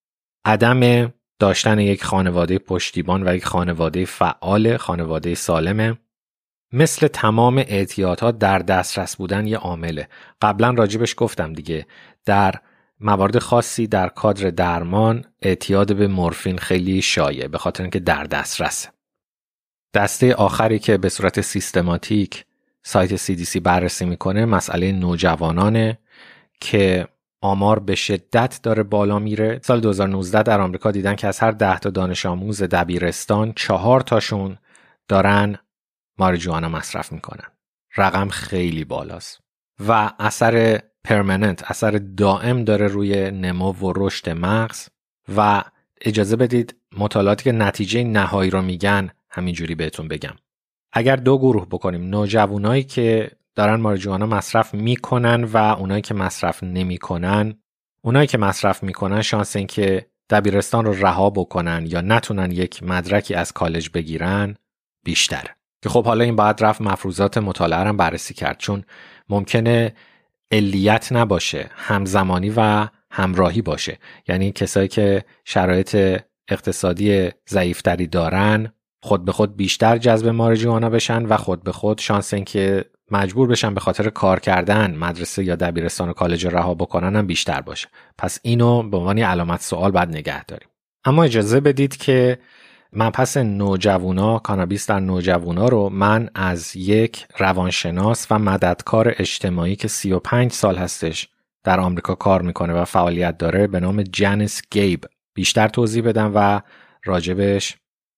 عدم داشتن یک خانواده پشتیبان و یک خانواده فعال، خانواده سالمه. مثل تمام اعتیادها در دسترس بودن یه عامله. قبلا راجبش گفتم دیگه، در موارد خاصی در کادر درمان اعتیاد به مورفین خیلی شایع به خاطر اینکه در دسترسه. دسته آخری که به صورت سیستماتیک سایت CDC بررسی میکنه مسئله نوجوانانه که آمار به شدت داره بالا میره. سال 2019 در آمریکا دیدن که از هر 10 تا دانش آموز دبیرستان 4 تاشون دارن ماریجوانا مصرف میکنن. رقم خیلی بالاست و اثر پرمننت، اثر دائم داره روی نمو و رشد مغز. و اجازه بدید مطالعاتی که نتیجه نهایی رو میگن همینجوری بهتون بگم. اگر 2 گروه بکنیم، نوجوانایی که دارن ماریجوانا مصرف میکنن و اونایی که مصرف نمیکنن، اونایی که مصرف میکنن شانس این که دبیرستان رو رها بکنن یا نتونن یک مدرکی از کالج بگیرن بیشتره. که خب حالا این باید رفت مفروضات مطالعه رو بررسی کرد، چون ممکنه علیت نباشه، همزمانی و همراهی باشه. یعنی کسایی که شرایط اقتصادی ضعیفتری دارن خود به خود بیشتر جذب ماریجوانا بشن و خود به خود شانس این که مجبور بشن به خاطر کار کردن مدرسه یا دبیرستان و کالج رها بکنن هم بیشتر باشه. پس اینو به عنوان علامت سوال باید نگه داریم. اما اجازه بدید که مبحث نوجوانا، کانابیس در نوجوانا رو من از یک روانشناس و مددکار اجتماعی که 35 سال هستش در آمریکا کار میکنه و فعالیت داره به نام جانیس گیب بیشتر توضیح بدم و راجبش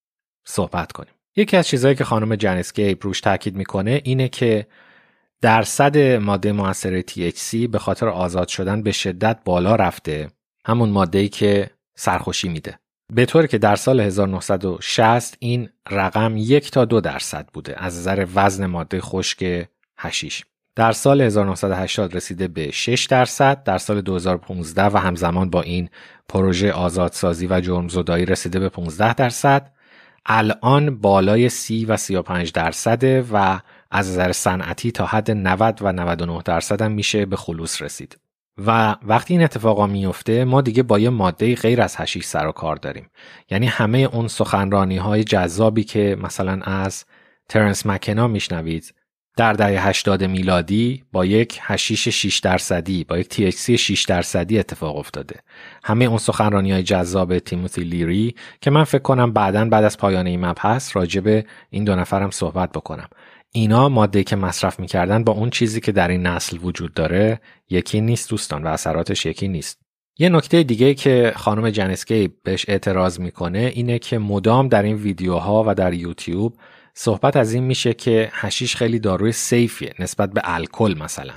صحبت کنیم. یکی از چیزهایی که خانم جانیس گیب روش تاکید میکنه اینه که درصد ماده مؤثر THC به خاطر آزاد شدن به شدت بالا رفته، همون ماده‌ای که سرخوشی میده. به طوری که در سال 1960 این رقم 1 تا 2% بوده از نظر وزن ماده خشک حشیش. در سال 1980 رسیده به 6%، در سال 2015 و همزمان با این پروژه آزادسازی و جرمزدایی رسیده به 15%. الان بالای 30 و 35% و از نظر صنعتی تا حد 90 و 99% هم میشه به خلوص رسید. و وقتی این اتفاقا میفته ما دیگه با یه ماده غیر از حشیش سر و کار داریم. یعنی همه اون سخنرانی‌های جذابی که مثلا از ترنس مکنا میشنوید در دهه 80 میلادی با یک حشیش 6%، با یک THC 6% اتفاق افتاده. همه اون سخنرانی‌های جذاب تیموتی لیری که من فکر کنم بعد از پایان این مبحث راجب این دو نفرم صحبت بکنم. اینا ماده‌ای که مصرف می‌کردن با اون چیزی که در این نسل وجود داره یکی نیست دوستان و اثراتش یکی نیست. یه نکته دیگه که خانم جانیس گیب بهش اعتراض میکنه اینه که مدام در این ویدیوها و در یوتیوب صحبت از این میشه که حشیش خیلی داروی سیفیه نسبت به الکل مثلا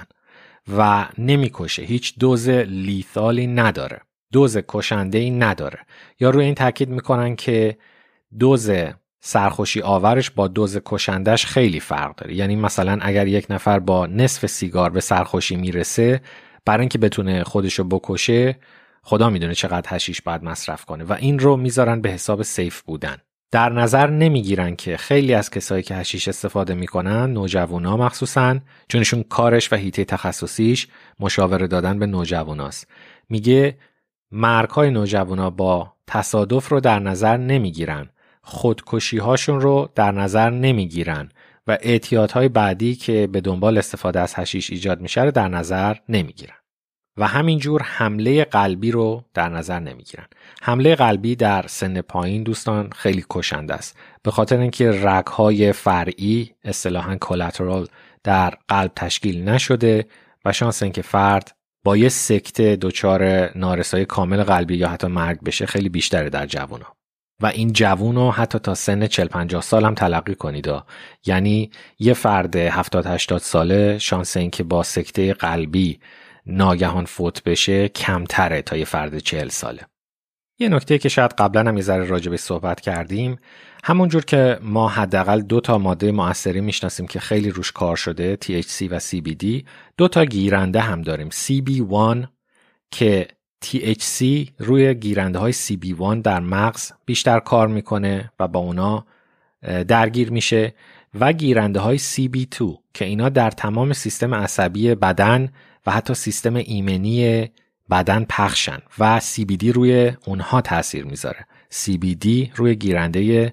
و نمیکشه، هیچ دوز لیثالی نداره، دوز کشنده‌ای نداره. یا روی این تاکید میکنن که دوز سرخوشی آورش با دوز کشندش خیلی فرق داره. یعنی مثلا اگر یک نفر با نصف سیگار به سرخوشی میرسه، برای اینکه بتونه خودشو بکشه خدا میدونه چقدر حشیش باید مصرف کنه و این رو میذارن به حساب سیف بودن. در نظر نمیگیرن که خیلی از کسایی که حشیش استفاده میکنن، نوجوانا مخصوصاً، چونشون کارش و حیطه تخصصیش مشاوره دادن به نوجواناست. میگه مرگ‌های نوجوانا با تصادف رو در نظر نمیگیرن، خودکشی هاشون رو در نظر نمیگیرن و اعتیادهای بعدی که به دنبال استفاده از حشیش ایجاد میشه رو در نظر نمیگیرن و همینجور حمله قلبی رو در نظر نمیگیرن. حمله قلبی در سن پایین دوستان خیلی کشنده است، به خاطر اینکه رگ‌های فرعی اصطلاحاً کلاترال در قلب تشکیل نشده و شانس اینکه فرد با یه سکته دچار نارسایی کامل قلبی یا حتی مرگ بشه خیلی بیشتره در جوونا. و این جوونو حتی تا سن 40-50 سال هم تلقی کنید. یعنی یه فرد 70-80 ساله شانس این که با سکته قلبی ناگهان فوت بشه کمتره تا یه فرد 40 ساله. یه نکته که شاید قبلا هم یه ذره راجبش صحبت کردیم، همونجور که ما حداقل 2 تا ماده مؤثری میشناسیم که خیلی روش کار شده، THC و CBD، 2 تا گیرنده هم داریم. CB1 که THC روی گیرنده های CB1 در مغز بیشتر کار میکنه و با اونا درگیر میشه و گیرنده های CB2 که اینا در تمام سیستم عصبی بدن و حتی سیستم ایمنی بدن پخشن و CBD روی اونها تأثیر میذاره. CBD روی گیرنده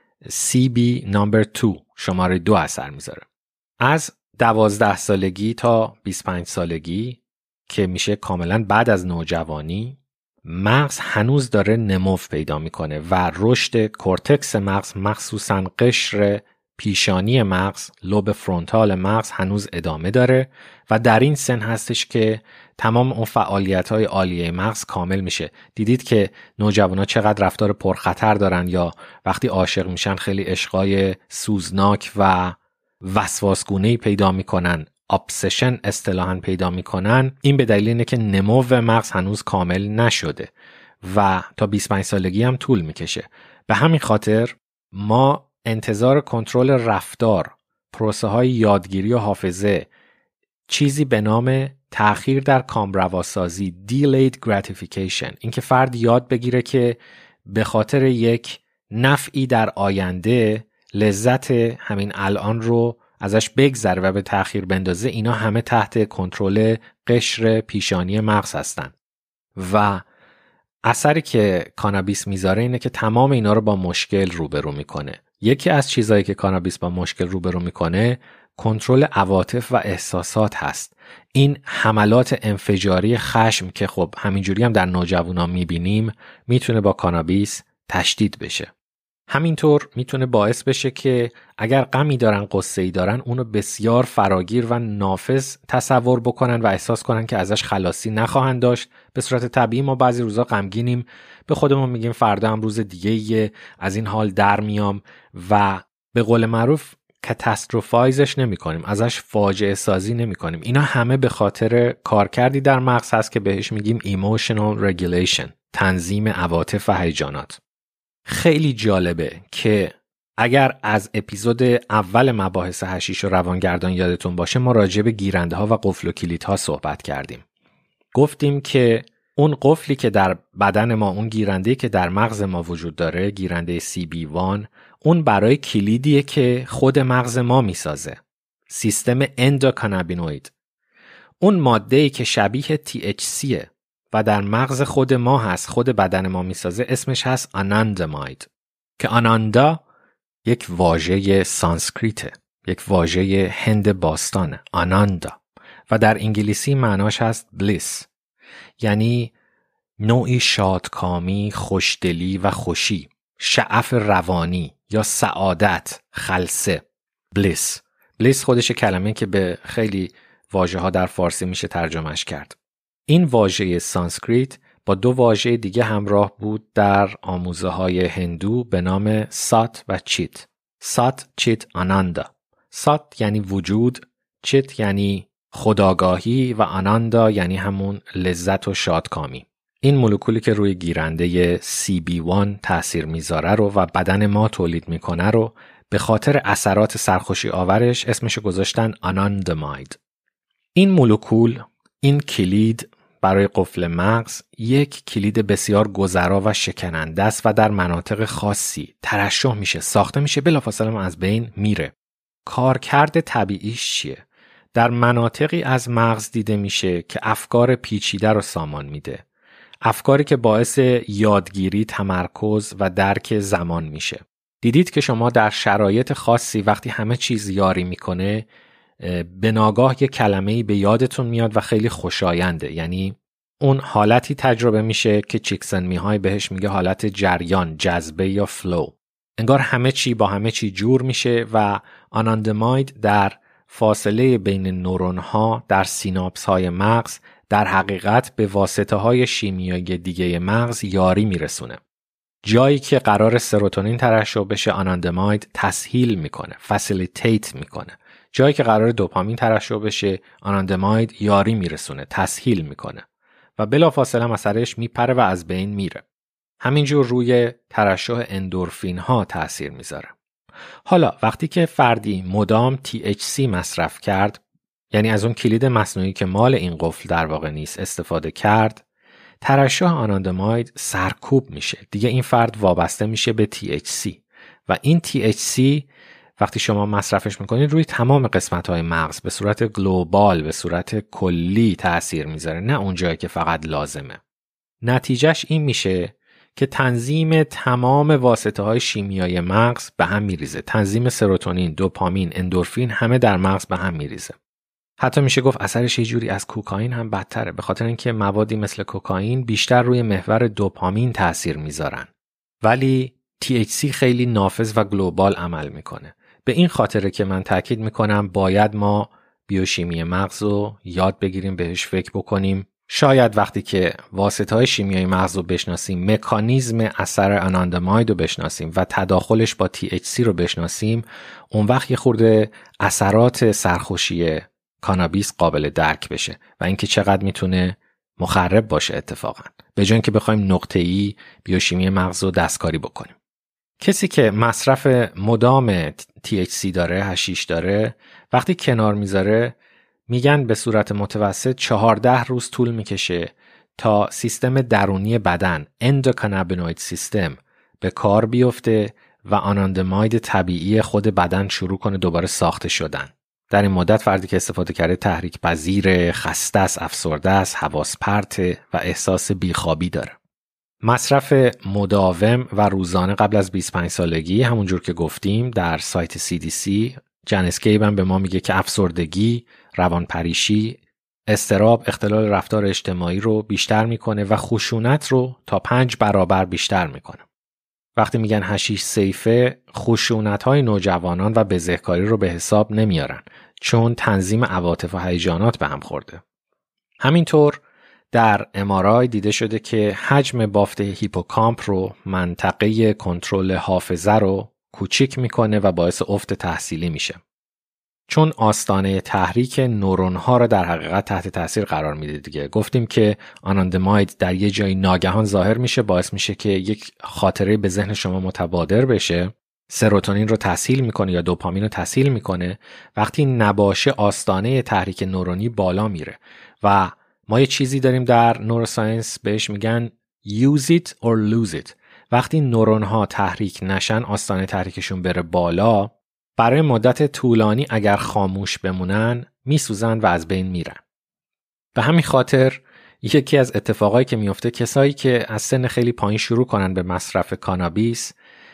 CB نمبر 2 شماره 2 اثر میذاره. از 12 سالگی تا 25 سالگی که میشه کاملا بعد از نوجوانی، مغز هنوز داره نمو پیدا میکنه و رشد کورتکس مغز، مخصوصا قشر پیشانی مغز، لوب فرونتال مغز هنوز ادامه داره و در این سن هستش که تمام اون فعالیت‌های عالیه مغز کامل میشه. دیدید که نوجوانا چقدر رفتار پرخطر دارن یا وقتی عاشق میشن خیلی عشقای سوزناک و وسواسگونه‌ای پیدا میکنن، ابسشن اصطلاحاً پیدا میکنن. این به دلیل اینه که نمو مغز هنوز کامل نشده و تا 25 سالگی هم طول میکشه. به همین خاطر ما انتظار کنترل رفتار، پروسه های یادگیری و حافظه، چیزی به نام تأخیر در کامرواسازی، delayed gratification، اینکه فرد یاد بگیره که به خاطر یک نفعی در آینده لذت همین الان رو ازش بگذره و به تأخیر بندازه، اینا همه تحت کنترل قشر پیشانی مغز هستن و اثری که کانابیس میذاره اینه که تمام اینا رو با مشکل روبرو میکنه. یکی از چیزایی که کانابیس با مشکل روبرو میکنه کنترل عواطف و احساسات هست. این حملات انفجاری خشم که خب همینجوری هم در نوجوانان میبینیم میتونه با کانابیس تشدید بشه. همینطور میتونه باعث بشه که اگر غمی دارن، غصه‌ای دارن، اونو بسیار فراگیر و نافذ تصور بکنن و احساس کنن که ازش خلاصی نخواهند داشت. به صورت طبیعی ما بعضی روزا غمگینیم، به خودمون میگیم فردا هم روز دیگه‌ایه، از این حال در میام و به قول معروف کاتاستروفایزش نمی‌کنیم، ازش فاجعه سازی نمی‌کنیم. اینا همه به خاطر کارکردی در مغز هست که بهش میگیم emotional regulation، تنظیم عواطف و هیجانات. خیلی جالبه که اگر از اپیزود اول مباحث حشیش و روانگردان یادتون باشه ما راجع به گیرنده ها و قفل و کلیدها صحبت کردیم. گفتیم که اون قفلی که در بدن ما، اون گیرنده‌ای که در مغز ما وجود داره، گیرنده CB1، اون برای کلیدیه که خود مغز ما میسازه، سیستم اندوکانابینوید. اون ماده‌ای که شبیه THCه و در مغز خود ما هست، خود بدن ما میسازه، اسمش هست آنانداماید که آناندا یک واژه سانسکریته، یک واژه هند باستانه، آناندا، و در انگلیسی معناش هست بلیس، یعنی نوعی شادکامی، خوشدلی و خوشی، شعف روانی یا سعادت، خلسه. بلیس خودش کلمه که به خیلی واژه ها در فارسی میشه ترجمهش کرد. این واژه سانسکریت با دو واژه دیگه همراه بود در آموزه های هندو به نام سات و چیت. سات، چیت، آناندا. سات یعنی وجود، چیت یعنی خودآگاهی و آناندا یعنی همون لذت و شادکامی. این مولکولی که روی گیرنده CB1 تأثیر میذاره رو و بدن ما تولید میکنه رو به خاطر اثرات سرخوشی آورش اسمشو گذاشتن آنانداماید. این مولکول، این کلید برای قفل مغز یک کلید بسیار گذرا و شکننده است و در مناطق خاصی ترشح میشه، ساخته میشه، بلافاصله از بین میره. کارکرد طبیعیش چیه؟ در مناطقی از مغز دیده میشه که افکار پیچیده رو سامان میده. افکاری که باعث یادگیری، تمرکز و درک زمان میشه. دیدید که شما در شرایط خاصی وقتی همه چیز یاری میکنه به ناگاه یک کلمه‌ای به یادتون میاد و خیلی خوشاینده، یعنی اون حالتی تجربه میشه که چیکسنمی‌های بهش میگه حالت جریان، جذبه یا فلو. انگار همه چی با همه چی جور میشه و آنانداماید در فاصله بین نورون‌ها در سیناپس‌های مغز در حقیقت به واسطه‌های شیمیایی دیگه مغز یاری میرسونه. جایی که قرار سروتونین ترشح بشه آنانداماید تسهیل میکنه، فسیلیتیت میکنه. جایی که قرار دوپامین ترشح بشه آنانداماید یاری میرسونه، تسهیل میکنه و بلافاصله اثرش میپره و از بین میره. همینجور روی ترشح اندورفین ها تأثیر میذاره. حالا وقتی که فردی مدام THC مصرف کرد، یعنی از اون کلید مصنوعی که مال این قفل در واقع نیست استفاده کرد، ترشح آنانداماید سرکوب میشه. دیگه این فرد وابسته میشه به THC و این THC وقتی شما مصرفش میکنید روی تمام قسمت‌های مغز به صورت گلوبال، به صورت کلی تأثیر میذاره، نه اون جایی که فقط لازمه. نتیجهش این میشه که تنظیم تمام واسطه‌های شیمیایی مغز به هم میریزه. تنظیم سروتونین، دوپامین، اندورفین همه در مغز به هم میریزه. حتی میشه گفت اثرش یه جوری از کوکائین هم بدتره، به خاطر اینکه موادی مثل کوکائین بیشتر روی محور دوپامین تأثیر میذارن، ولی THC خیلی نافذ و گلوبال عمل میکنه. به این خاطره که من تاکید میکنم باید ما بیوشیمی مغز رو یاد بگیریم، بهش فکر بکنیم. شاید وقتی که واسطه‌های شیمیایی مغز رو بشناسیم، مکانیزم اثر آنانداماید رو بشناسیم و تداخلش با THC رو بشناسیم، اون وقت یه خورده اثرات سرخوشی کانابیس قابل درک بشه و اینکه چقدر میتونه مخرب باشه اتفاقا، به جای اینکه بخوایم نقطه‌ای بیوشیمی مغز رو دستکاری بکنیم. کسی که مصرف مدام THC داره، حشیش داره، وقتی کنار میذاره میگن به صورت متوسط 14 روز طول میکشه تا سیستم درونی بدن، اندوکانابینوید سیستم، به کار بیفته و آنانداماید طبیعی خود بدن شروع کنه دوباره ساخته شدن. در این مدت فردی که استفاده کرده تحریک پذیر، خسته است، افسرده است، حواس پرت و احساس بیخوابی داره. مصرف مداوم و روزانه قبل از 25 سالگی، همونجور که گفتیم در سایت CDC، جنسکیپ هم به ما میگه که افسردگی، روانپریشی، اضطراب، اختلال رفتار اجتماعی رو بیشتر میکنه و خشونت رو تا 5 برابر بیشتر میکنه. وقتی میگن حشیش سیفه، خشونت‌های نوجوانان و بزهکاری رو به حساب نمیارن، چون تنظیم عواطف و هیجانات به هم خورده. همینطور در MRI دیده شده که حجم بافت هیپوکامپ رو، منطقه کنترل حافظه رو کوچیک میکنه و باعث افت تحصیلی میشه. چون آستانه تحریک نورون‌ها رو در حقیقت تحت تاثیر قرار میده دیگه. گفتیم که آناندماید در یه جایی ناگهان ظاهر میشه، باعث میشه که یک خاطره به ذهن شما متبادر بشه، سروتونین رو تسهیل میکنه یا دوپامین رو تسهیل میکنه. وقتی نباشه آستانه تحریک نورونی بالا میره و ما یه چیزی داریم در نوروساینس بهش میگن use it or lose it. وقتی نورون‌ها تحریک نشن، آستانه تحریکشون بره بالا، برای مدت طولانی اگر خاموش بمونن میسوزن و از بین میرن. به همین خاطر یکی از اتفاقایی که میفته، کسایی که از سن خیلی پایین شروع کنن به مصرف کانابیس،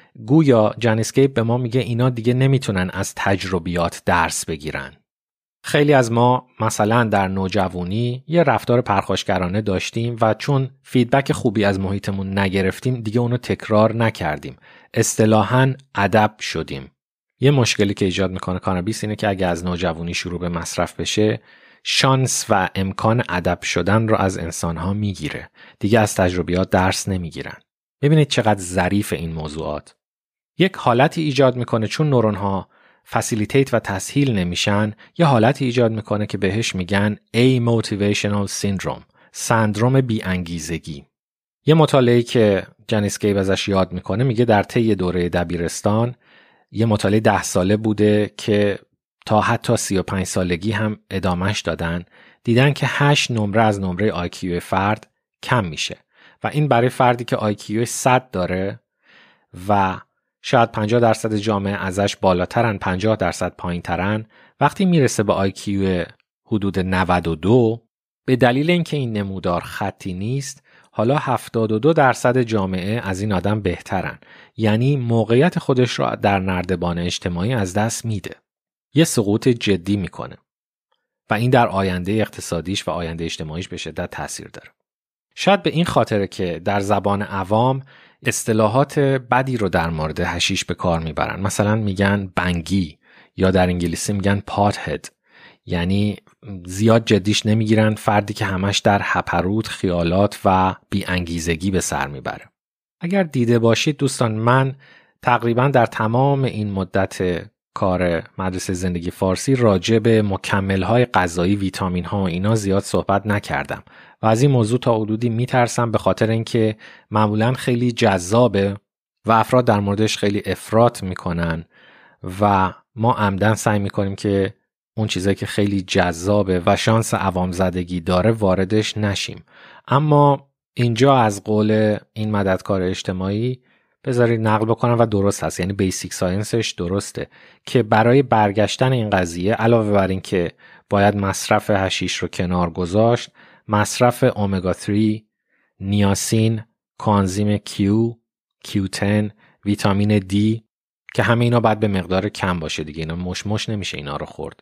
گویا جنسکیپ به ما میگه اینا دیگه نمیتونن از تجربیات درس بگیرن. خیلی از ما مثلا در نوجوانی یه رفتار پرخاشگرانه داشتیم و چون فیدبک خوبی از محیطمون نگرفتیم دیگه اونو تکرار نکردیم. اصطلاحاً ادب شدیم. یه مشکلی که ایجاد میکنه کانابیس اینه که اگه از نوجوانی شروع به مصرف بشه، شانس و امکان ادب شدن رو از انسانها میگیره. دیگه از تجربیات درس نمیگیرن. ببینید چقدر ظریف این موضوعات. یک حالتی ایجاد میکنه چون نورون‌ها فسیلیتیت و تسهیل نمیشن، یه حالتی ایجاد میکنه که بهش میگن Amotivational Syndrome، سندروم بی‌انگیزگی. یه مطالعه‌ای که جنسکیپ ازش یاد میکنه میگه در طی دوره دبیرستان، یه مطالعه 10 ساله بوده که تا حتی 35 سالگی هم ادامهش دادن، دیدن که 8 نمره از نمره IQ فرد کم میشه و این برای فردی که IQ 100 داره و شاید 50% جامعه ازش بالاترن، 50% پایین ترن، وقتی میرسه به IQ حدود 92، به دلیل اینکه این نمودار خطی نیست، حالا 72% جامعه از این آدم بهترن. یعنی موقعیت خودش رو در نردبان اجتماعی از دست میده. یه سقوط جدی میکنه و این در آینده اقتصادیش و آینده اجتماعیش به شدت تاثیر داره. شاید به این خاطره که در زبان عوام اصطلاحات بدی رو در مورد حشیش به کار میبرن. مثلا میگن بنگی یا در انگلیسی میگن پات هد، یعنی زیاد جدیش نمیگیرن، فردی که همش در هپروت، خیالات و بی انگیزگی به سر میبره. اگر دیده باشید دوستان، من تقریبا در تمام این مدت کار مدرسه زندگی فارسی راجع به مکمل‌های غذایی، ویتامین‌ها و اینا زیاد صحبت نکردم و از این موضوع تا حدودی میترسم، به خاطر اینکه معمولاً خیلی جذابه و افراد در موردش خیلی افراط میکنن و ما عمدن سعی میکنیم که اون چیزایی که خیلی جذابه و شانس عوام زدگی داره واردش نشیم. اما اینجا از قول این مددکار اجتماعی بذارید نقل بکنم و درست هست، یعنی بیسیک ساینسش درسته که برای برگشتن این قضیه علاوه بر این که باید مصرف حشیش رو کنار گذاشت، مصرف اومگا 3، نیاسین، کوانزیم Q، Q10، ویتامین D که همه اینا باید به مقدار کم باشه دیگه، اینا مش نمیشه اینا رو خورد.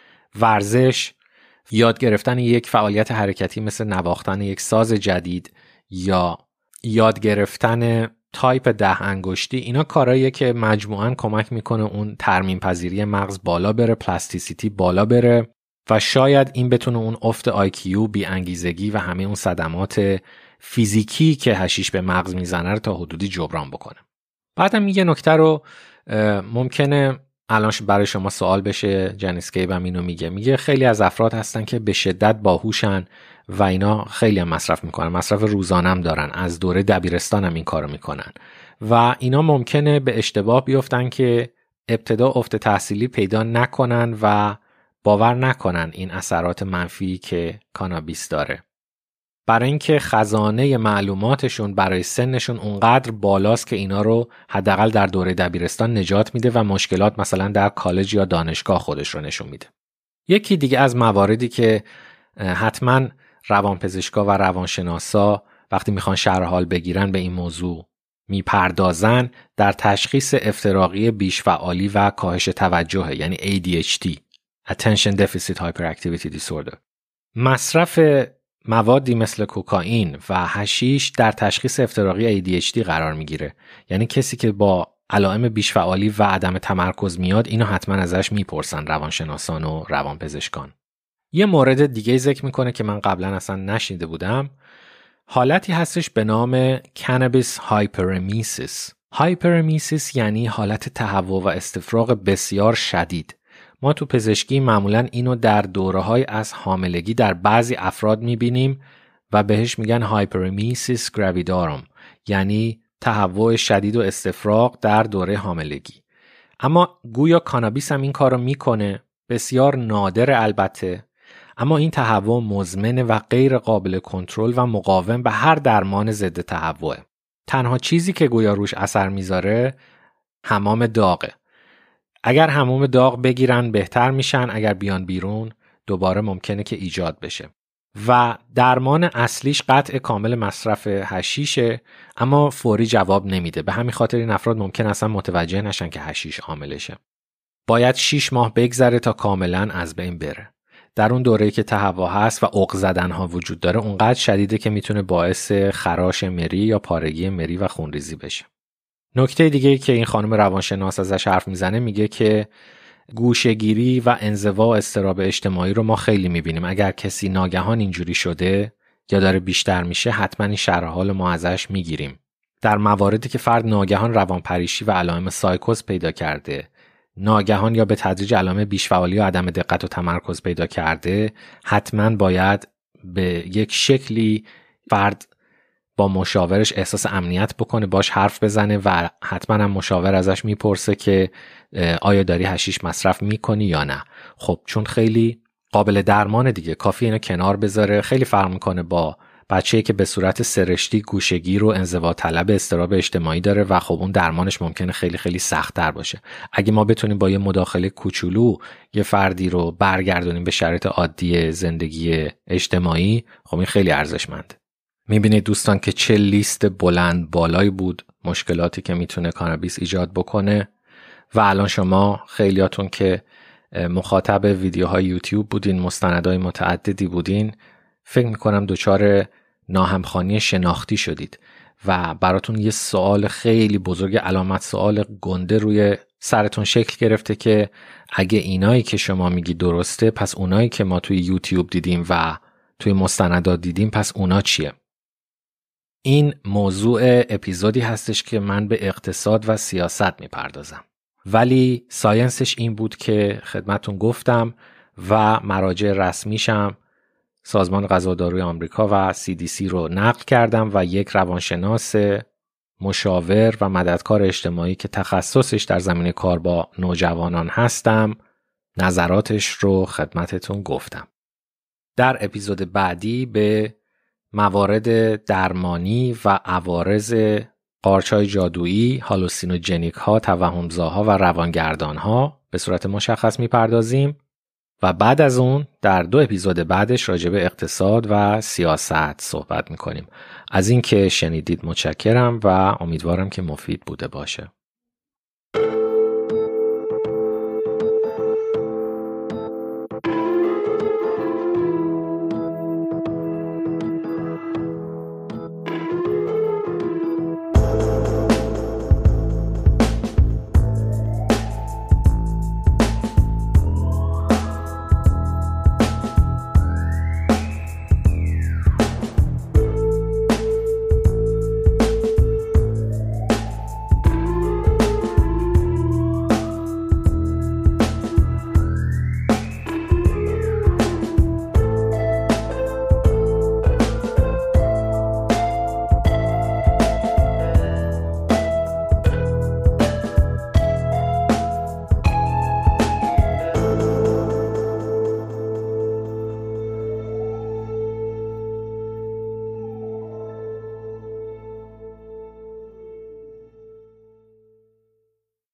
ورزش، یاد گرفتن یک فعالیت حرکتی مثل نواختن یک ساز جدید یا یاد گرفتن تایپ 10 انگشتی، اینا کارهاییه که مجموعاً کمک میکنه اون ترمیم پذیری مغز بالا بره، پلاستیسیتی بالا بره و شاید این بتونه اون افت IQ، بی انگیزگی و همه اون صدمات فیزیکی که حشیش به مغز میزنه رو تا حدودی جبران بکنه. بعدم یه نکته رو ممکنه الان برای شما سوال بشه، جنسکیپ هم اینو میگه خیلی از افراد هستن که به شدت باهوشن و اینا خیلی هم مصرف میکنن، مصرف روزانه هم دارن، از دوره دبیرستان هم این کارو میکنن و اینا ممکنه به اشتباه بیفتن که ابتدا افت تحصیلی پیدا نکنن و باور نکنن این اثرات منفی که کانابیس داره، برای اینکه خزانه معلوماتشون برای سنشون اونقدر بالاست که اینا رو حداقل در دوره دبیرستان نجات میده و مشکلات مثلا در کالج یا دانشگاه خودش رو نشون میده. یکی دیگه از مواردی که حتما روانپزشکا و روانشناسا وقتی میخوان شرح حال بگیرن به این موضوع میپردازن در تشخیص افتراقی بیش‌فعالی و کاهش توجه، یعنی ADHD Attention Deficit Hyperactivity Disorder. مصرف موادی مثل کوکائین و حشیش در تشخیص افتراقی ADHD قرار میگیره. یعنی کسی که با علائم بیش‌فعالی و عدم تمرکز میاد، اینو حتما ازش میپرسن روانشناسان و روانپزشکان. یه مورد دیگه ذکر میکنه که من قبلا اصلا نشنیده بودم. حالتی هستش به نام Cannabis Hyperemesis. هایپرمیسیس یعنی حالت تهوع و استفراغ بسیار شدید. ما تو پزشکی معمولاً اینو در دوره‌های از حاملگی در بعضی افراد می‌بینیم و بهش میگن هایپرمیسیس گراویدارم، یعنی تهوع شدید و استفراغ در دوره حاملگی. اما گویا کانابیس هم این کارو میکنه، بسیار نادر البته، اما این تهوع مزمن و غیر قابل کنترل و مقاوم به هر درمان ضد تهوع. تنها چیزی که گویا روش اثر میذاره حمام داغه. اگر حمام داغ بگیرن بهتر میشن، اگر بیان بیرون دوباره ممکنه که ایجاد بشه. و درمان اصلیش قطع کامل مصرف حشیشه، اما فوری جواب نمیده. به همین خاطر این افراد ممکن اصلا متوجه نشن که حشیش عاملشه. باید 6 ماه بگذره تا کاملا از بین بره. در اون دوره‌ای که تهوع هست و عق زدن‌ها وجود داره اونقدر شدیده که میتونه باعث خراش مری یا پارگی مری و خونریزی بشه. نکته دیگه‌ای که این خانم روانشناس ازش حرف میزنه، میگه که گوشه‌گیری و انزوا و اضطراب اجتماعی رو ما خیلی میبینیم. اگر کسی ناگهان اینجوری شده یا داره بیشتر میشه، حتما این شرح حال ما ازش میگیریم. در مواردی که فرد ناگهان روانپریشی و علائم سایکوز پیدا کرده، ناگهان یا به تدریج علائم بیش‌فعالی و عدم دقت و تمرکز پیدا کرده، حتما باید به یک شکلی فرد با مشاورش احساس امنیت بکنه، باش حرف بزنه و حتما هم مشاور ازش میپرسه که آیا داری حشیش مصرف میکنی یا نه. خب چون خیلی قابل درمان دیگه، کافی اینو کنار بذاره. خیلی فرق میکنه با بچه‌ای که به صورت سرشتی گوشه‌گیر و انزوا طلب اضطراب اجتماعی داره و خب اون درمانش ممکنه خیلی خیلی سخت‌تر باشه. اگه ما بتونیم با یه مداخله کوچولو یه فردی رو برگردونیم به شرایط عادی زندگی اجتماعی، خب این خیلی ارزشمنده. میبینید دوستان که چه لیست بلند بالایی بود مشکلاتی که میتونه کانابیس ایجاد بکنه و الان شما خیلیاتون که مخاطب ویدیوهای یوتیوب بودین، مستندهای متعددی بودین، فکر میکنم دچار ناهمخوانی شناختی شدید و براتون یه سوال خیلی بزرگ، علامت سوال گنده روی سرتون شکل گرفته که اگه اینایی که شما میگی درسته، پس اونایی که ما توی یوتیوب دیدیم و توی مستندات دیدیم، پس اونا چیه؟ این موضوع اپیزودی هستش که من به اقتصاد و سیاست میپردازم، ولی ساینسش این بود که خدمتون گفتم و مراجع رسمیشم سازمان غذا و داروی آمریکا و CDC رو نقل کردم و یک روانشناس مشاور و مددکار اجتماعی که تخصصش در زمینه کار با نوجوانان هستم نظراتش رو خدمتتون گفتم. در اپیزود بعدی به موارد درمانی و عوارض قارچ‌های جادویی، هالوسینوژنیک ها، توهمزاها و روانگردان ها به صورت مشخص میپردازیم و بعد از اون در 2 اپیزود بعدش راجع به اقتصاد و سیاست صحبت میکنیم. از این که شنیدید متشکرم و امیدوارم که مفید بوده باشه.